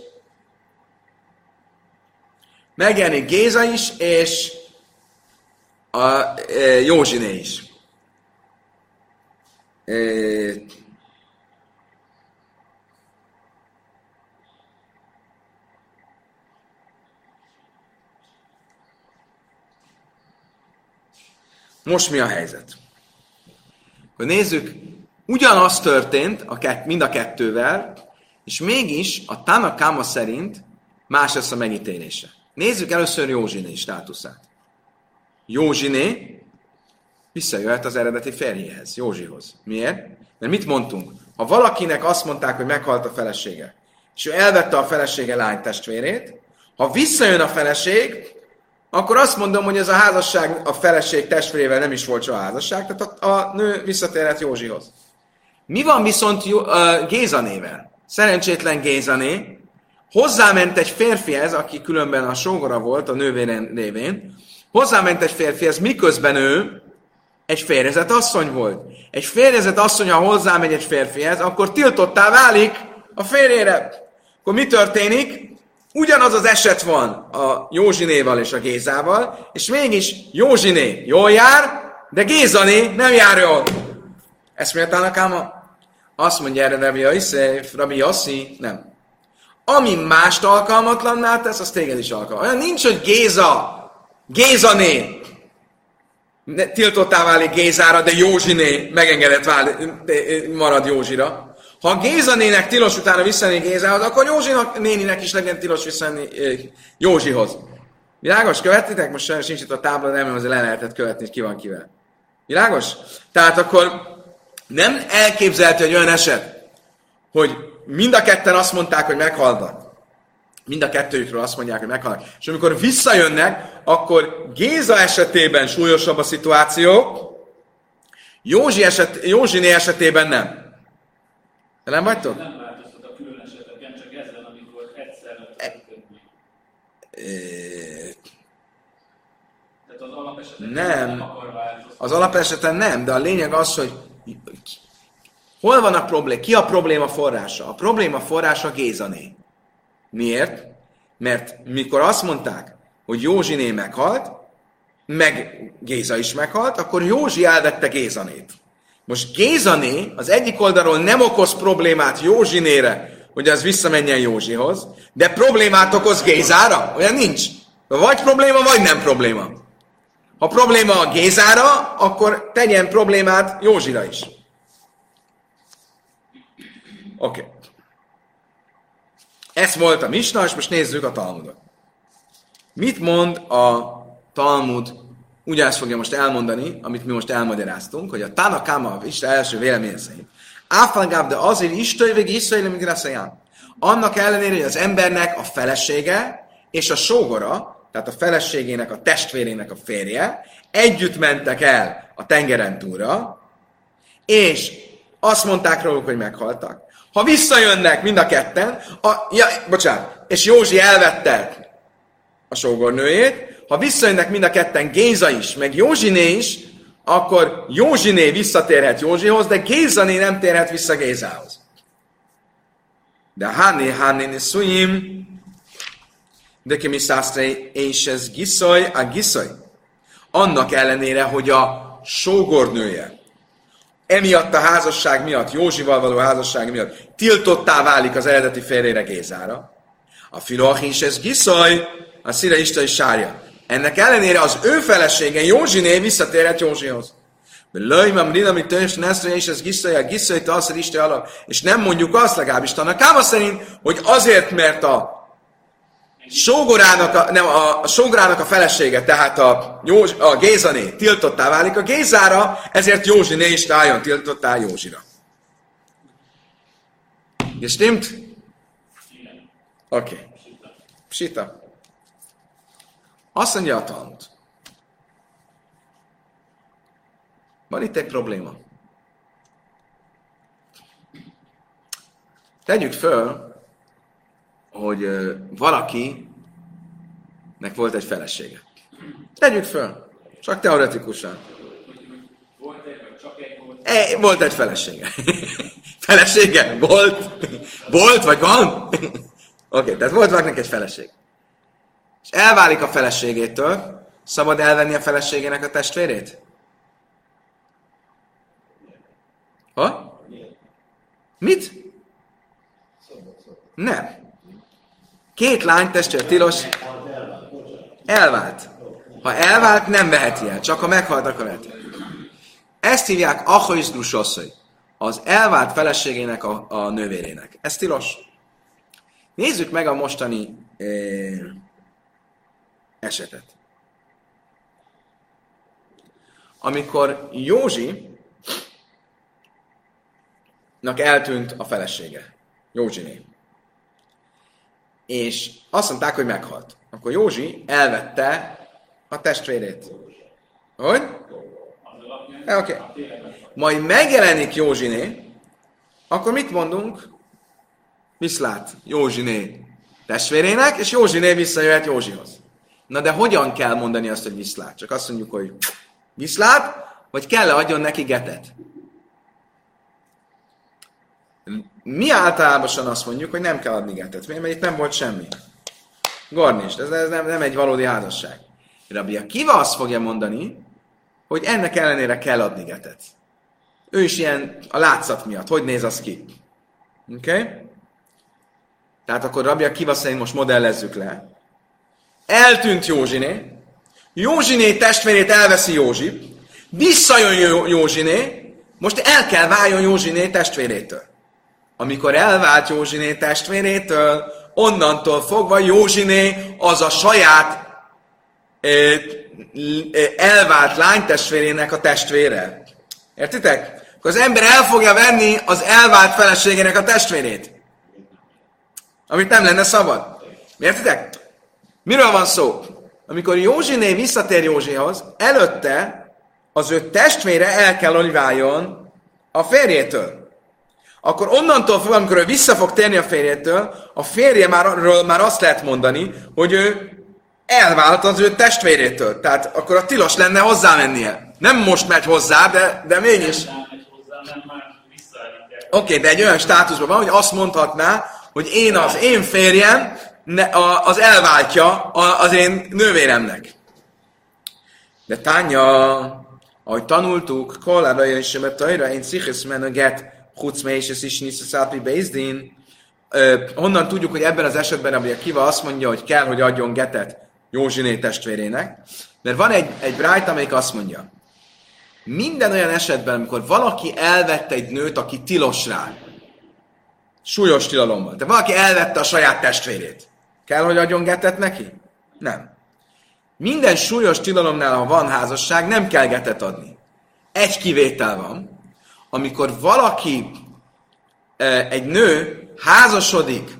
megjelenik Géza is, és a e, Józsiné is. E, most mi a helyzet? Akkor nézzük, ugyanaz történt a kett, mind a kettővel, és mégis a Tanakáma szerint más lesz a megítélése. Nézzük először Józsiné státuszát. Józsiné visszajöhet az eredeti férjéhez, Józsihoz. Miért? Mert mit mondtunk? Ha valakinek azt mondták, hogy meghalt a felesége, és ő elvette a felesége lány testvérét, ha visszajön a feleség, akkor azt mondom, hogy ez a házasság a feleség testvérével nem is volt soha házasság, tehát a, a nő visszatérhet Józsihoz. Mi van viszont uh, Gézanével? Szerencsétlen Gézané hozzáment egy férfihez, aki különben a sógora volt a nővéren révén, hozzáment egy férfihez, miközben ő egy férjezett asszony volt. Egy férjezett asszony, ha hozzámegy egy férfihez, akkor tiltottá válik a férjére. Akkor mi történik? Ugyanaz az eset van a Józsinéval és a Gézával, és mégis Józsiné jól jár, de Gézané nem jár jól. Ezt miért állnak ám? Azt mondja erre Rabbi Yossi, Rabbi Yossi, nem. Ami mást alkalmatlanná tesz, az téged is alkalmat. Olyan nincs, hogy Géza, Gézané tiltottá válik Gézára, de Józsiné megengedett válik, marad Józsira. Ha Gézanének tilos utána visszajönni Gézához, akkor Józsinak néninek is legyen tilos visszajönni Józsihoz. Világos? Követitek? Most sajnos nincs itt a tábla, nem, azért le lehetett követni, hogy ki van kivel. Világos? Tehát akkor nem elképzelhető egy olyan eset, hogy mind a ketten azt mondták, hogy meghalnak. Mind a kettőjükről azt mondják, hogy meghalnak. És amikor visszajönnek, akkor Géza esetében súlyosabb a szituáció, Józsi eset, Józsiné esetében nem. De nem vagytok? Nem változtat a külön eseteken, csak ezen, amikor egyszer e... Tehát az alapesetben nem. nem akar változtatni. Az alapeseten nem, de a lényeg az, hogy hol van a probléma? Ki a probléma forrása? A probléma forrása Gézané. Miért? Mert mikor azt mondták, hogy Józsiné meghalt, meg Géza is meghalt, akkor Józsi elvette Gézanét. Most Gézané az egyik oldalról nem okoz problémát Józsinére, hogy az visszamenjen Józsihoz, de problémát okoz Gézára? Olyan nincs. Vagy probléma, vagy nem probléma. Ha probléma a Gézára, akkor tegyen problémát Józsira is. Oké. Okay. Ez volt a Misna, és most nézzük a Talmudot. Mit mond a Talmud? Ugyanezt fogja most elmondani, amit mi most elmagyaráztunk, hogy a Tanakáma, a Isten első véleménye szerint Áfalgáb, de azért Istőjvég Iszraéli Migraszaján. Annak ellenére, hogy az embernek a felesége és a sógora, tehát a feleségének, a testvérének a férje, együtt mentek el a tengeren túlra, és azt mondták róluk, hogy meghaltak. Ha visszajönnek mind a ketten, a, ja, bocsánat, és Józsi elvette a sógornőjét, ha visszajönnek mind a ketten, Géza is, meg Józsiné is, akkor Józsiné visszatérhet Józsihoz, de Gézané nem térhet vissza Gézához. De Háné, Háné, Niszuim, de ki mi szásztrei, és ez Giszaj, a Giszaj. Annak ellenére, hogy a sógornője emiatt a házasság miatt, Józsival való házasság miatt tiltottá válik az eredeti férjére, Gézára. A Filoach is ez Giszaj, a Szira Isten is sárja. Ennek ellenére az ő felesége Józsiné visszatérhet Józsihoz. Lőjmem Rina, amit töns neszre, és ez Giszaj, a Giszaj, te azt Isten alap. És nem mondjuk azt, legalábbis Tanakáma szerint, hogy azért, mert a sógorának a, nem, a, a sógorának a felesége, tehát a, Józs, a Gézané tiltottá válik a Gézára, ezért Józsiné is rájön tiltottá Józsira. Gestimmt? Oké. Okay. Psita. Azt mondja a Talmud. Van itt egy probléma. Tegyük föl, hogy uh, valakinek volt egy felesége. Tegyük föl. Csak teoretikusan. Volt egy, vagy csak egy volt? É, volt egy felesége. Felesége? Volt? Volt, vagy van? Oké, okay, tehát volt valakinek egy feleség. És elválik a feleségétől, szabad elvenni a feleségének a testvérét? Ha? Mit? Nem. Két lány testvér tilos. Elvált. Ha elvált, nem veheti el, csak ha meghaltak a veheti. Ezt hívják achoizdus asszony. Az elvált feleségének a, a nővérének. Ez tilos. Nézzük meg a mostani eh, esetet. Amikor Józsinak eltűnt a felesége, Józsiné, és azt mondták, hogy meghalt. Akkor Józsi elvette a testvérét. Hogy? Oké. Okay. Majd megjelenik Józsiné, akkor mit mondunk? Viszlát Józsiné testvérének, és Józsiné visszajöhet Józsihoz. Na de hogyan kell mondani azt, hogy viszlát? Csak azt mondjuk, hogy viszlát, vagy kell-e adjon neki getet? Mi általában azt mondjuk, hogy nem kell adni getet. Miért? Mert itt nem volt semmi. Garnis, ez, ez nem, nem egy valódi házasság. Rabbi Akiva azt fogja mondani, hogy ennek ellenére kell adni getet. Ő is ilyen a látszat miatt. Hogy néz az ki? Oké? Okay? Tehát akkor Rabbi Akiva szerint most modellezzük le. Eltűnt Józsiné. Józsiné testvérét elveszi Józsi. Visszajön Józsiné. Most el kell váljon Józsiné testvérétől. Amikor elvált Józsiné testvérétől, onnantól fogva Józsiné az a saját ö, ö, elvált lánytestvérének a testvére. Értitek? Akkor az ember el fogja venni az elvált feleségének a testvérét. Amit nem lenne szabad. Értitek? Miről van szó? Amikor Józsiné visszatér Józsihoz, előtte az ő testvére el kell, hogy váljon a férjétől. Akkor onnantól fogva, amikor ő vissza fog térni a férjétől, a férje már, már azt lehet mondani, hogy ő elvált az ő testvérétől. Tehát akkor a tilos lenne hozzá mennie. Nem most megy hozzá, de, de mégis. Oké, okay, de egy olyan státuszban van, hogy azt mondhatná, hogy én az én férjem ne, a, az elváltja az én nővéremnek. De Tánya, ahogy tanultuk, kollára és sebetaira, én szichesz menöget, Hucme és ez is Niszaszápi Bézdin. Honnan tudjuk, hogy ebben az esetben, ami a Kiva azt mondja, hogy kell, hogy adjon getet Józsiné testvérének. Mert van egy, egy brájt, amelyik azt mondja, minden olyan esetben, amikor valaki elvette egy nőt, aki tilos rá, súlyos tilalommal, de valaki elvette a saját testvérét, kell, hogy adjon getet neki? Nem. Minden súlyos tilalomnál, ha van házasság, nem kell getet adni. Egy kivétel van, amikor valaki, egy nő házasodik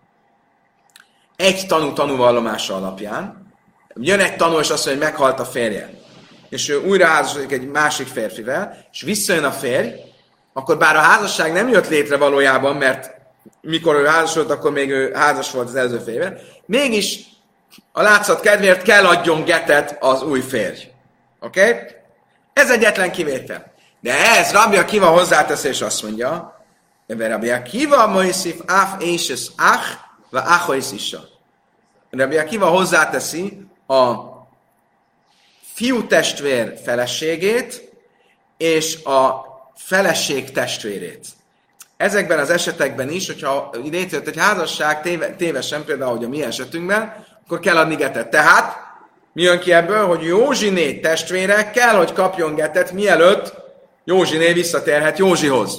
egy tanú tanúvallomása alapján, jön egy tanú, és azt mondja, hogy meghalt a férje, és ő újra házasodik egy másik férfivel, és visszajön a férj, akkor bár a házasság nem jött létre valójában, mert mikor ő házasodott, akkor még ő házas volt az előző férjével, mégis a látszat kedvéért kell adjon getet az új férj. Oké? Okay? Ez egyetlen kivétel. De ez Rabbi Akiva hozzátesz és azt mondja, de Rabbi Akiva moiszif af éses ach, va achois isa. Rabbi Akiva hozzáteszi a fiú testvér feleségét és a feleség testvérét. Ezekben az esetekben is, hogyha létrejött egy házasság téve, tévesen, például ahogy a mi esetünkben, akkor kell adni getet. Tehát mi jön ki ebből, hogy Józsiné testvére kell, hogy kapjon getet, mielőtt Józsiné visszatérhet Józsihoz.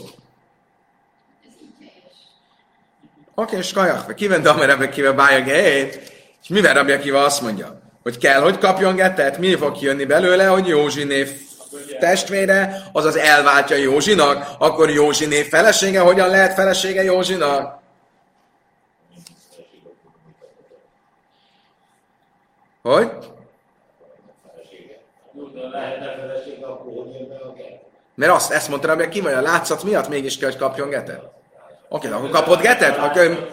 Oké, és kajak, kivende a Rabbi Akiva bájagét, és mivel Rabbi Akiva azt mondja, hogy kell, hogy kapjon getet, mi fog kijönni belőle, hogy Józsiné testvére, azaz elváltja Józsinak, akkor Józsiné felesége, hogyan lehet felesége Józsinak? Hogy? Mert azt, ezt mondta Rabbi Akiva, hogy a látszat miatt mégis kell, hogy kapjon getet. Oké, akkor kapott getet? Akkor...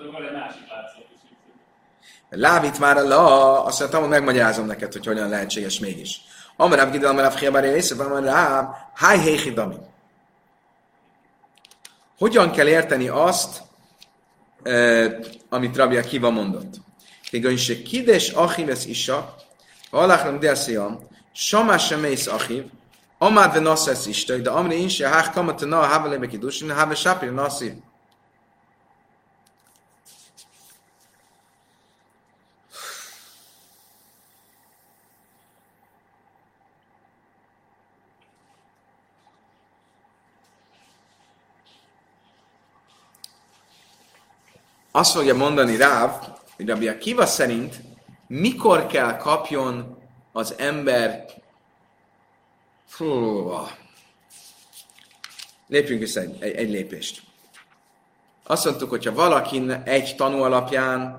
Lávit már la, azt mondtam, hogy megmagyarázom neked, hogy hogyan lehetséges mégis. Amarab Gidel, Amarab Chiabari részében, Amarab, háj héhidami. Hogyan kell érteni azt, eh, amit Rabbi Akiva mondott? Tégön se kides achives isa, halachlam delsziam, samás sem mész achiv, amad ve naszász ista, de amri inse hách kamatana a hávelebe kidusin, háve sápir naszív. Azt fogja mondani Ráv, hogy Rabbi Akiva szerint mikor kell kapjon az ember... Fú, lépjünk vissza egy, egy, egy lépést. Azt mondtuk, hogyha valaki egy tanú alapján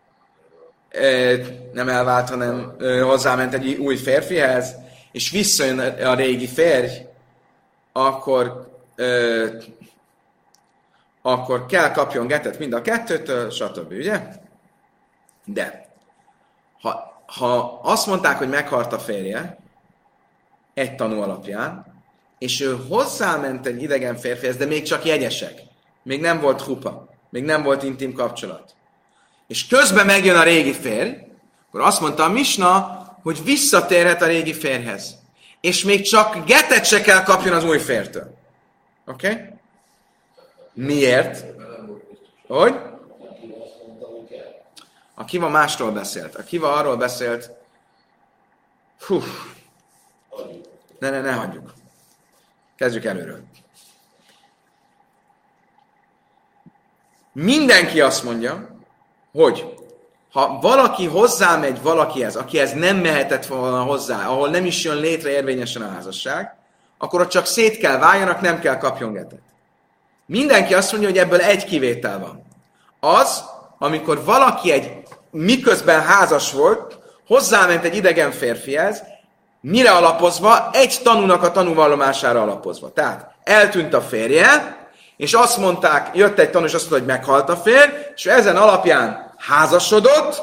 nem elvált, hanem hozzáment egy új férfihez, és visszajön a régi férj, akkor... akkor kell kapjon getet mind a kettőtől, stb. Ugye? De, ha, ha azt mondták, hogy meghalt a férje, egy tanú alapján, és ő hozzáment egy idegen férfihez, de még csak jegyesek, még nem volt hupa, még nem volt intim kapcsolat, és közben megjön a régi férj, akkor azt mondta a Misna, hogy visszatérhet a régi férjhez, és még csak getet se kell kapjon az új fértől. Oké? Okay? Miért? Hogy? Akiva másról beszélt. Akiva arról beszélt, hú, ne, ne, ne hagyjuk. Kezdjük előről. Mindenki azt mondja, hogy ha valaki hozzámegy valakihez, akihez nem mehetett volna hozzá, ahol nem is jön létre érvényesen a házasság, akkor ott csak szét kell váljanak, nem kell kapjon getet. Mindenki azt mondja, hogy ebből egy kivétel van. Az, amikor valaki egy, miközben házas volt, hozzáment egy idegen férfihez, mire alapozva? Egy tanúnak a tanúvallomására alapozva. Tehát eltűnt a férje, és azt mondták, jött egy tanú, és azt mondta, hogy meghalt a férj, és ezen alapján házasodott,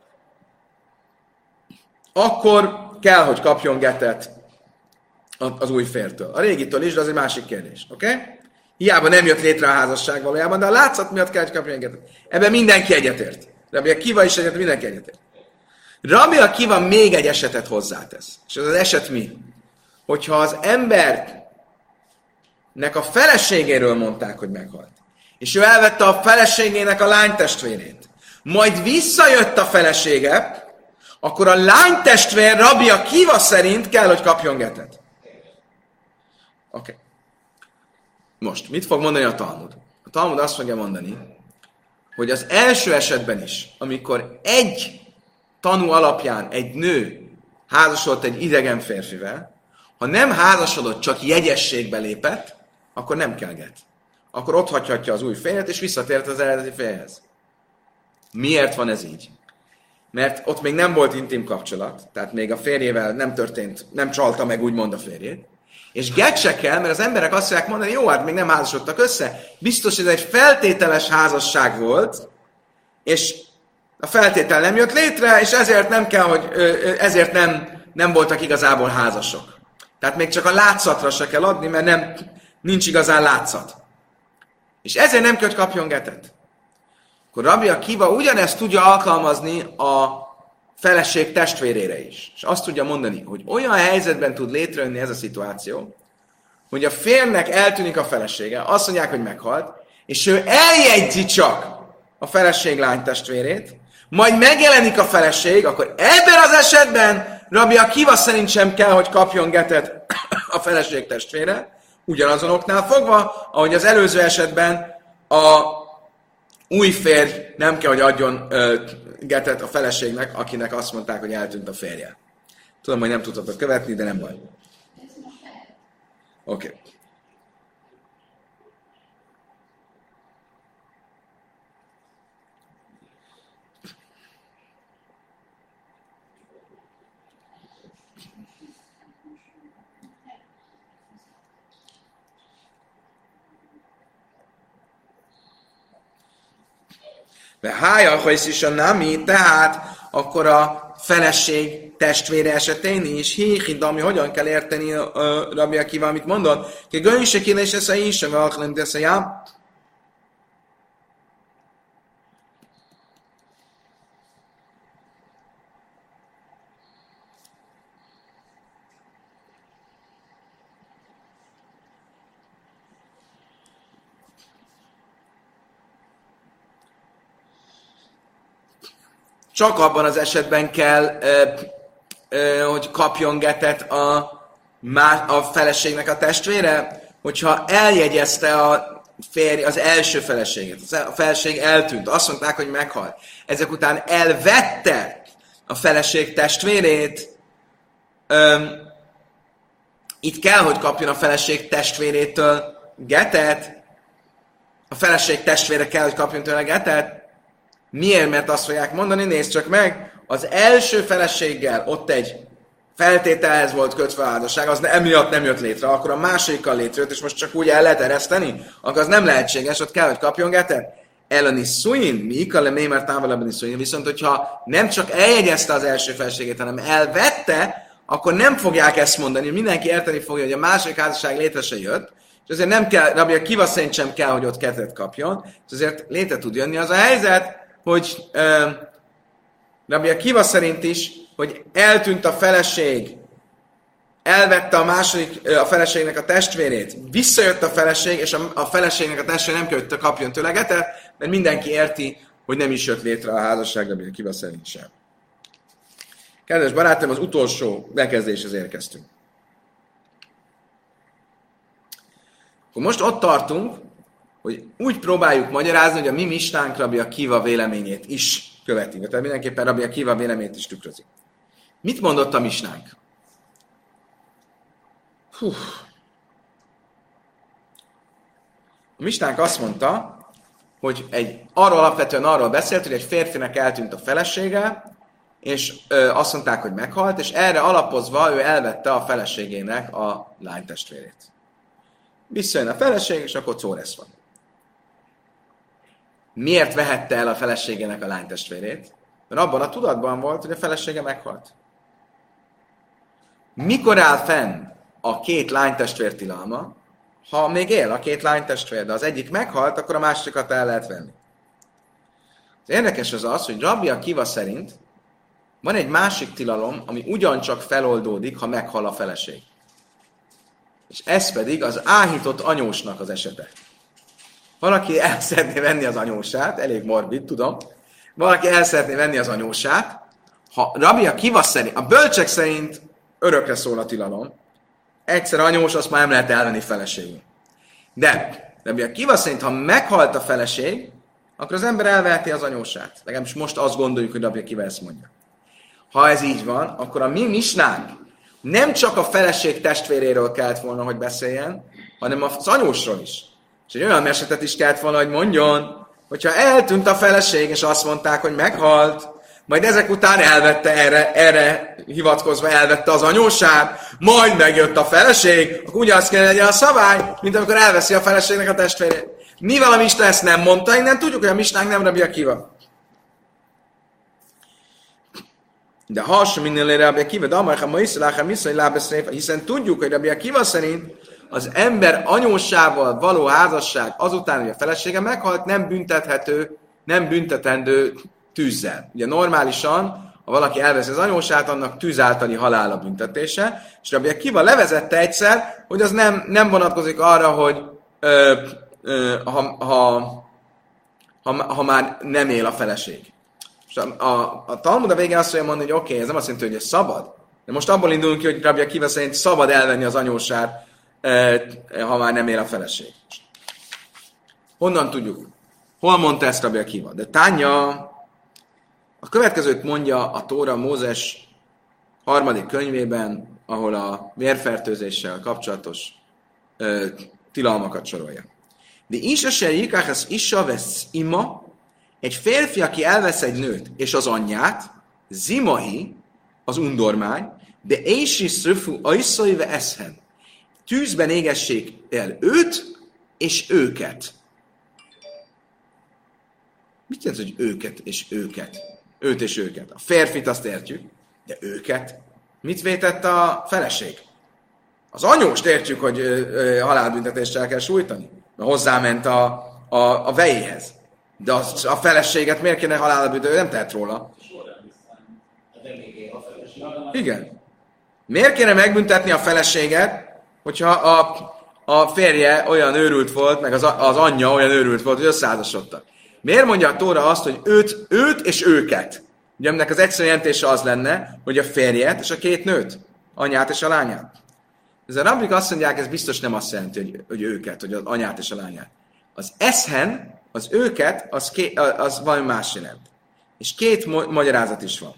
akkor kell, hogy kapjon getet az új fértől. A régitől is, de az egy másik kérdés. Oké? Okay? Hiába nem jött létre a házasság valójában, de a látszat miatt kell, hogy kapjon getet. Ebben mindenki egyetért. Rabbi Akiva is egyetért, mindenki egyetért. Rabbi Akiva még egy esetet hozzátesz. És ez az eset mi? Hogyha az embernek a feleségéről mondták, hogy meghalt, és ő elvette a feleségének a lánytestvérét, majd visszajött a felesége, akkor a lánytestvér Rabbi Akiva szerint kell, hogy kapjon getet. Oké. Okay. Most, mit fog mondani a Talmud? A Talmud azt fogja mondani, hogy az első esetben is, amikor egy tanú alapján egy nő házasodott egy idegen férfivel, ha nem házasodott, csak jegyességbe lépett, akkor nem kell get. Akkor ott hagyhatja az új férjet, és visszatért az eredeti férjhez. Miért van ez így? Mert ott még nem volt intim kapcsolat, tehát még a férjével nem történt, nem csalta meg úgymond a férjét, És get se kell, mert az emberek azt fogják mondani, jó, hát még nem házasodtak össze. Biztos, hogy ez egy feltételes házasság volt, és a feltétel nem jött létre, és ezért nem kell, hogy ezért nem, nem voltak igazából házasok. Tehát még csak a látszatra se kell adni, mert nem, nincs igazán látszat. És ezért nem kell, hogy kapjon getet. Akkor Rabbi Akiva ugyanezt tudja alkalmazni a feleség testvérére is. És azt tudja mondani, hogy olyan helyzetben tud létrejönni ez a szituáció, hogy a férnek eltűnik a felesége, azt mondják, hogy meghalt, és ő eljegyzi csak a feleség lány testvérét, majd megjelenik a feleség, akkor ebben az esetben Rabbi Akiva szerint sem kell, hogy kapjon getet a feleség testvére, ugyanazonoknál fogva, ahogy az előző esetben a új férj nem kell, hogy adjon ö, getet a feleségnek, akinek azt mondták, hogy eltűnt a férje. Tudom, hogy nem tudhatok követni, de nem baj. Oké. Okay. De hája, hogy is a nami, tehát akkor a feleség testvére esetén is, hi, ami hogyan kell érteni a uh, Rabbi Akiva, amit mondott, hogy gönnyse kéne és ez a is, vagy alkalom tesz a já. Csak abban az esetben kell, ö, ö, hogy kapjon getet a, a feleségnek a testvére, hogyha eljegyezte a férj az első feleséget. A feleség eltűnt, azt mondták, hogy meghalt. Ezek után elvette a feleség testvérét. Ö, itt kell, hogy kapjon a feleség testvérétől getet. A feleség testvére kell, hogy kapjon tőle getet. Miért? Mert azt fogják mondani, nézd csak meg, az első feleséggel ott egy feltételhez volt kötve a házasság, az emiatt nem jött létre, akkor a másodikkal létrejött, és most csak úgy el lehet ereszteni, akkor az nem lehetséges, ott kell, hogy kapjon getet. Elani szuin, mi ikale mély, mert távolabban is szuin, viszont hogyha nem csak eljegyezte az első feleségét, hanem elvette, akkor nem fogják ezt mondani, mindenki érteni fogja, hogy a második házasság létre se jött, és azért nem kell, Rabbi Akiva szerint sem kell, hogy ott getet kapjon, és azért létre tud jönni az a helyzet, hogy uh, Rabbi Akiva szerint is, hogy eltűnt a feleség, elvette a második, a feleségnek a testvérét, visszajött a feleség, és a, a feleségnek a testvére nem kell, hogy kapjon tőle getet, mert mindenki érti, hogy nem is jött létre a házasság, Rabbi Akiva szerint sem. Kedves barátom, az utolsó bekezdéshez érkeztünk. Akkor most ott tartunk, hogy úgy próbáljuk magyarázni, hogy a mi misnánk Rabbi Akiva véleményét is követi. Tehát mindenképpen Rabbi Akiva véleményét is tükrözi. Mit mondott a misnánk? Hú. A misnánk azt mondta, hogy egy, arról alapvetően arról beszélt, hogy egy férfinek eltűnt a felesége, és ö, azt mondták, hogy meghalt, és erre alapozva ő elvette a feleségének a lánytestvérét. Visszajön a feleség, és akkor córesz van. Miért vehette el a feleségének a lánytestvérét? Mert abban a tudatban volt, hogy a felesége meghalt. Mikor áll fenn a két lánytestvér tilalma? Ha még él a két lánytestvér, de az egyik meghalt, akkor a másikat el lehet venni. Az érdekes az az, hogy Rabbi Akiva szerint van egy másik tilalom, ami ugyancsak feloldódik, ha meghal a feleség. És ez pedig az áhított anyósnak az esete. Valaki el szeretné venni az anyósát, elég morbid, tudom. Valaki el szeretné venni az anyósát, ha Rabbi Akiva szerint, a bölcsek szerint örökre szól a tilalom, egyszer anyós, azt már nem lehet elvenni feleségül. De Rabbi Akiva szerint, ha meghalt a feleség, akkor az ember elveheti az anyósát. Legalábbis most azt gondoljuk, hogy Rabbi Akiva ezt mondja. Ha ez így van, akkor a mi misnánk nem csak a feleség testvéréről kellett volna, hogy beszéljen, hanem az anyósról is. És egy olyan mesetet is kellett volna, hogy mondjon, hogyha eltűnt a feleség, és azt mondták, hogy meghalt, majd ezek után elvette erre, erre hivatkozva elvette az anyóság, majd megjött a feleség, akkor ugyanaz kell legyen a szabály, mint amikor elveszi a feleségnek a testvérét. Mivel a Misna ezt nem mondta, innen tudjuk, hogy a Misnánk nem Rabbi Akiva. De hasonló minél Rabbi Akiva, de amelyek a Moisziláha Miszai Lábeszréfa, hiszen tudjuk, hogy Rabbi Akiva szerint az ember anyósával való házasság azután, hogy a felesége meghalt, nem büntethető, nem büntetendő tűzzel. Ugye normálisan, ha valaki elveszi az anyósát, annak tűz általi halála büntetése, és Rabbi Akiva levezette egyszer, hogy az nem, nem vonatkozik arra, hogy ö, ö, ha, ha, ha, ha már nem él a feleség. És a, a, a Talmud a végén azt mondja mondani, hogy oké, okay, ez nem azt jelenti, hogy ez szabad, de most abból indulunk ki, hogy Rabbi Akiva szerint szabad elvenni az anyósát, ö, ha már nem él a feleség. Honnan tudjuk? Hol mondta ezt Rabbi Akiva? De Tánya a következőt mondja a Tóra Mózes harmadik könyvében, ahol a vérfertőzéssel kapcsolatos ö, tilalmakat sorolja. De is a serjikák, az isa vesz ima, egy férfi, aki elvesz egy nőt és az anyját, zimahi, az undormány, de ési szröfú ajszaive eshen. Tűzben égessék el őt és őket. Mit jelent, hogy őket és őket? Őt és őket. A férfit azt értjük, de őket? Mit vétett a feleség? Az anyóst értjük, hogy ö, ö, halálbüntetéssel kell sújtani, mert hozzáment a, a, a vejéhez. De az, a feleséget miért kéne halálbüntetni? Ő nem tehet róla. Igen. Miért kéne megbüntetni a feleséget, hogyha a, a férje olyan őrült volt, meg az, az anyja olyan őrült volt, hogy összeházasodtak? Miért mondja a Tóra azt, hogy őt, őt és őket? Ugye ennek az egyszerű jelentése az lenne, hogy a férjet és a két nőt, anyát és a lányát. Ez a rabbik azt mondják, ez biztos nem azt jelenti, hogy, hogy őket, hogy az anyát és a lányát. Az eshen, az őket, az, ké, az valami más jelent. És két mo- magyarázat is van.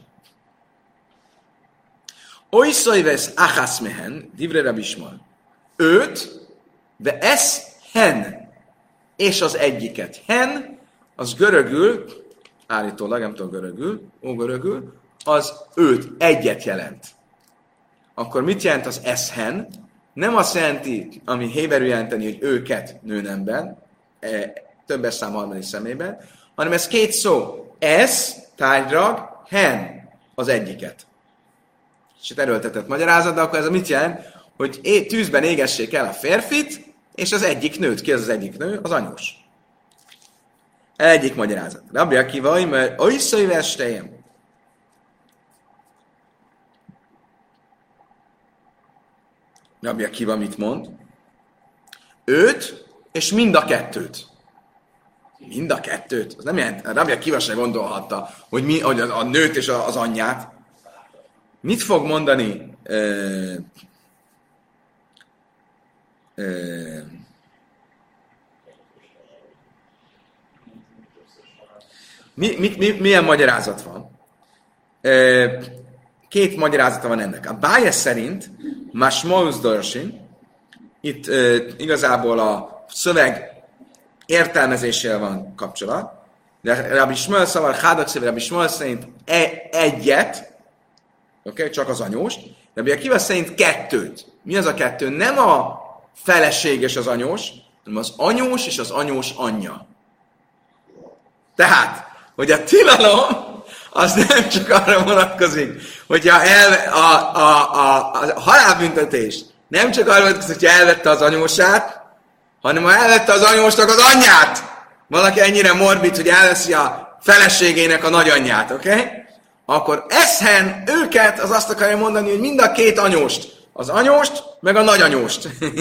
Oiszai vesz achas mehen, divre rabismal. Őt, de ez hen, és az egyiket. Hen, az görögül, állítólag, nem tudom görögül, ó görögül, az őt, egyet jelent. Akkor mit jelent az eshen? Nem azt jelenti, ami héberül jelenteni, hogy őket nőnemben, e, többes szám harmadik szemében, hanem ez két szó. Ez, tárgydrag, hen, az egyiket. És itt erőltetett magyarázat, de akkor ez mit jelent? Hogy é, tűzben égessék el a férfit, és az egyik nőt. Ki az az egyik nő? Az anyós. Egyik magyarázat. Rabbi Akiva, mert oiszai verstejem. Rabbi Akiva mit mond? Őt, és mind a kettőt. Mind a kettőt? Az nem jelent. Rabbi Akiva se gondolhatta, hogy, mi, hogy a, a nőt és a, az anyját. Mit fog mondani? Ö, ö, Mi, mi, mi, milyen magyarázat van? Két magyarázata van ennek. A Báje szerint, Masmolus Dorsin, itt e, igazából a szöveg értelmezésével van kapcsolat, de Rabbi Shmuel szavar, Hádak szépen Rabbi Shmuel szerint e, egyet, okay, csak az anyóst, de Rabbi Akiva szerint kettőt. Mi az a kettő? Nem a feleség és az anyós, hanem az anyós és az anyós anyja. Tehát, hogy a tilalom az nem csak arra vonatkozik, hogyha el, a, a, a, a halálbüntetés nem csak arra vonatkozik, hogyha elvette az anyósát, hanem ha elvette az anyósnak az anyját. Valaki ennyire morbid, hogy elveszi a feleségének a nagyanyját, oké? Okay? Akkor eshen őket, az azt akarja mondani, hogy mind a két anyóst. Az anyóst, meg a nagyanyóst.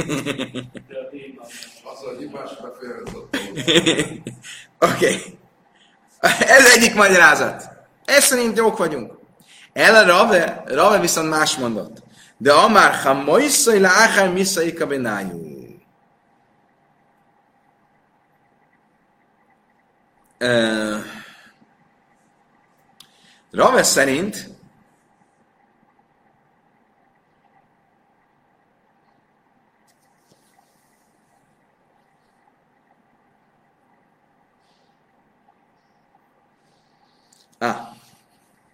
Az, hogy hibás befélrezott. Oké. Ez egyik magyarázat. Ez szerint jók vagyunk. El a Rave, Rave viszont más mondott. De amár, ha moiszai láhár miszai kabinájú. Uh, Rave szerint ah,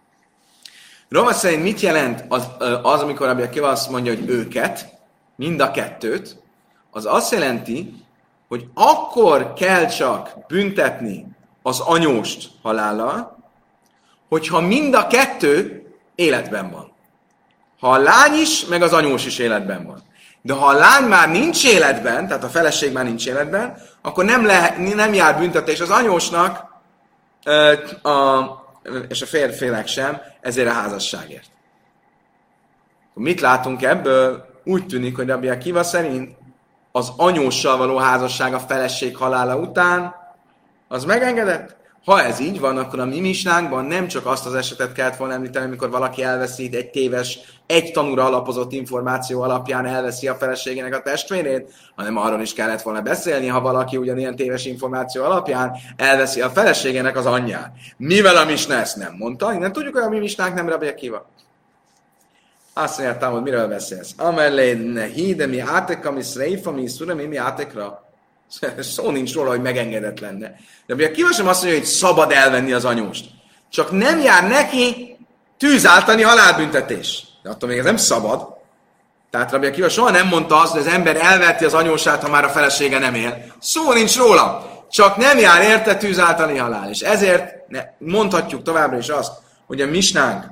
Roma szerint mit jelent az, az amikor Rabbi Akiva azt mondja, hogy őket, mind a kettőt, az azt jelenti, hogy akkor kell csak büntetni az anyóst halállal, hogyha mind a kettő életben van. Ha a lány is, meg az anyós is életben van. De ha a lány már nincs életben, tehát a feleség már nincs életben, akkor nem, lehet, nem jár büntetés az anyósnak, a, és a férfinek sem, ezért a házasságért. Mit látunk ebből? Úgy tűnik, hogy Rabbi Akiva szerint az anyóssal való házasság a feleség halála után az megengedett. Ha ez így van, akkor a mi misnánkban nem csak azt az esetet kellett volna említeni, amikor valaki elveszít egy téves, egy tanúra alapozott információ alapján elveszi a feleségének a testvérét, hanem arról is kellett volna beszélni, ha valaki ugyanilyen téves információ alapján elveszi a feleségének az anyját. Mivel a misna ezt nem mondta, innen tudjuk, hogy a mi misnánk nem Rabbi Akiva. Azt mondja, hogy miről beszélsz? Amellé ne híde mi átek, ami szreifa, mi szura, mi mi átekra. Szó nincs róla, hogy megengedett lenne. De Rabbi Akiva sem azt mondja, hogy szabad elvenni az anyóst. Csak nem jár neki tűzáltani halálbüntetés. De attól még ez nem szabad. Tehát Rabbi Akiva soha nem mondta azt, hogy az ember elveheti az anyósát, ha már a felesége nem él. Szó nincs róla. Csak nem jár érte tűzáltani halál. És ezért mondhatjuk továbbra is azt, hogy a misnánk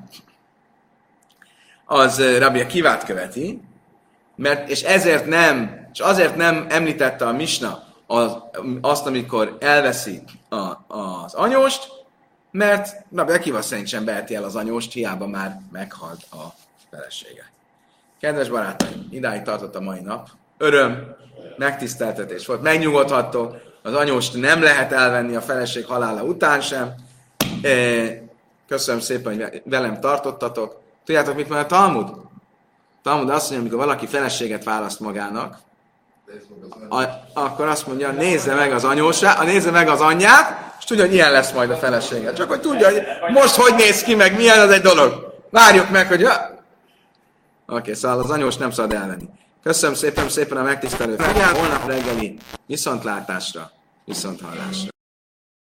az Rabbi Akivát követi, mert, és ezért nem, és azért nem említette a misna az, azt, amikor elveszi a, az anyóst, mert Rabbi Akiva szerint sem veheti el az anyóst, hiába már meghalt a felesége. Kedves barátaim, idáig tartott a mai nap. Öröm, megtiszteltetés volt, megnyugodhattok, az anyóst nem lehet elvenni a feleség halála után sem. Köszönöm szépen, hogy velem tartottatok. Tudjátok, mit mond a Talmud? A Talmud azt mondja, amikor valaki feleséget választ magának, a, akkor azt mondja, nézze meg az anyósát, nézze meg az anyját, és tudja, hogy ilyen lesz majd a felesége. Csak hogy tudja, hogy most hogy néz ki, meg milyen, az egy dolog. Várjuk meg, hogy... Ja. Oké, okay, szóval az anyós nem szabad elvenni. Köszönöm szépen, szépen a megtisztelő figyelmet. Holnap reggeli viszontlátásra, viszonthallásra.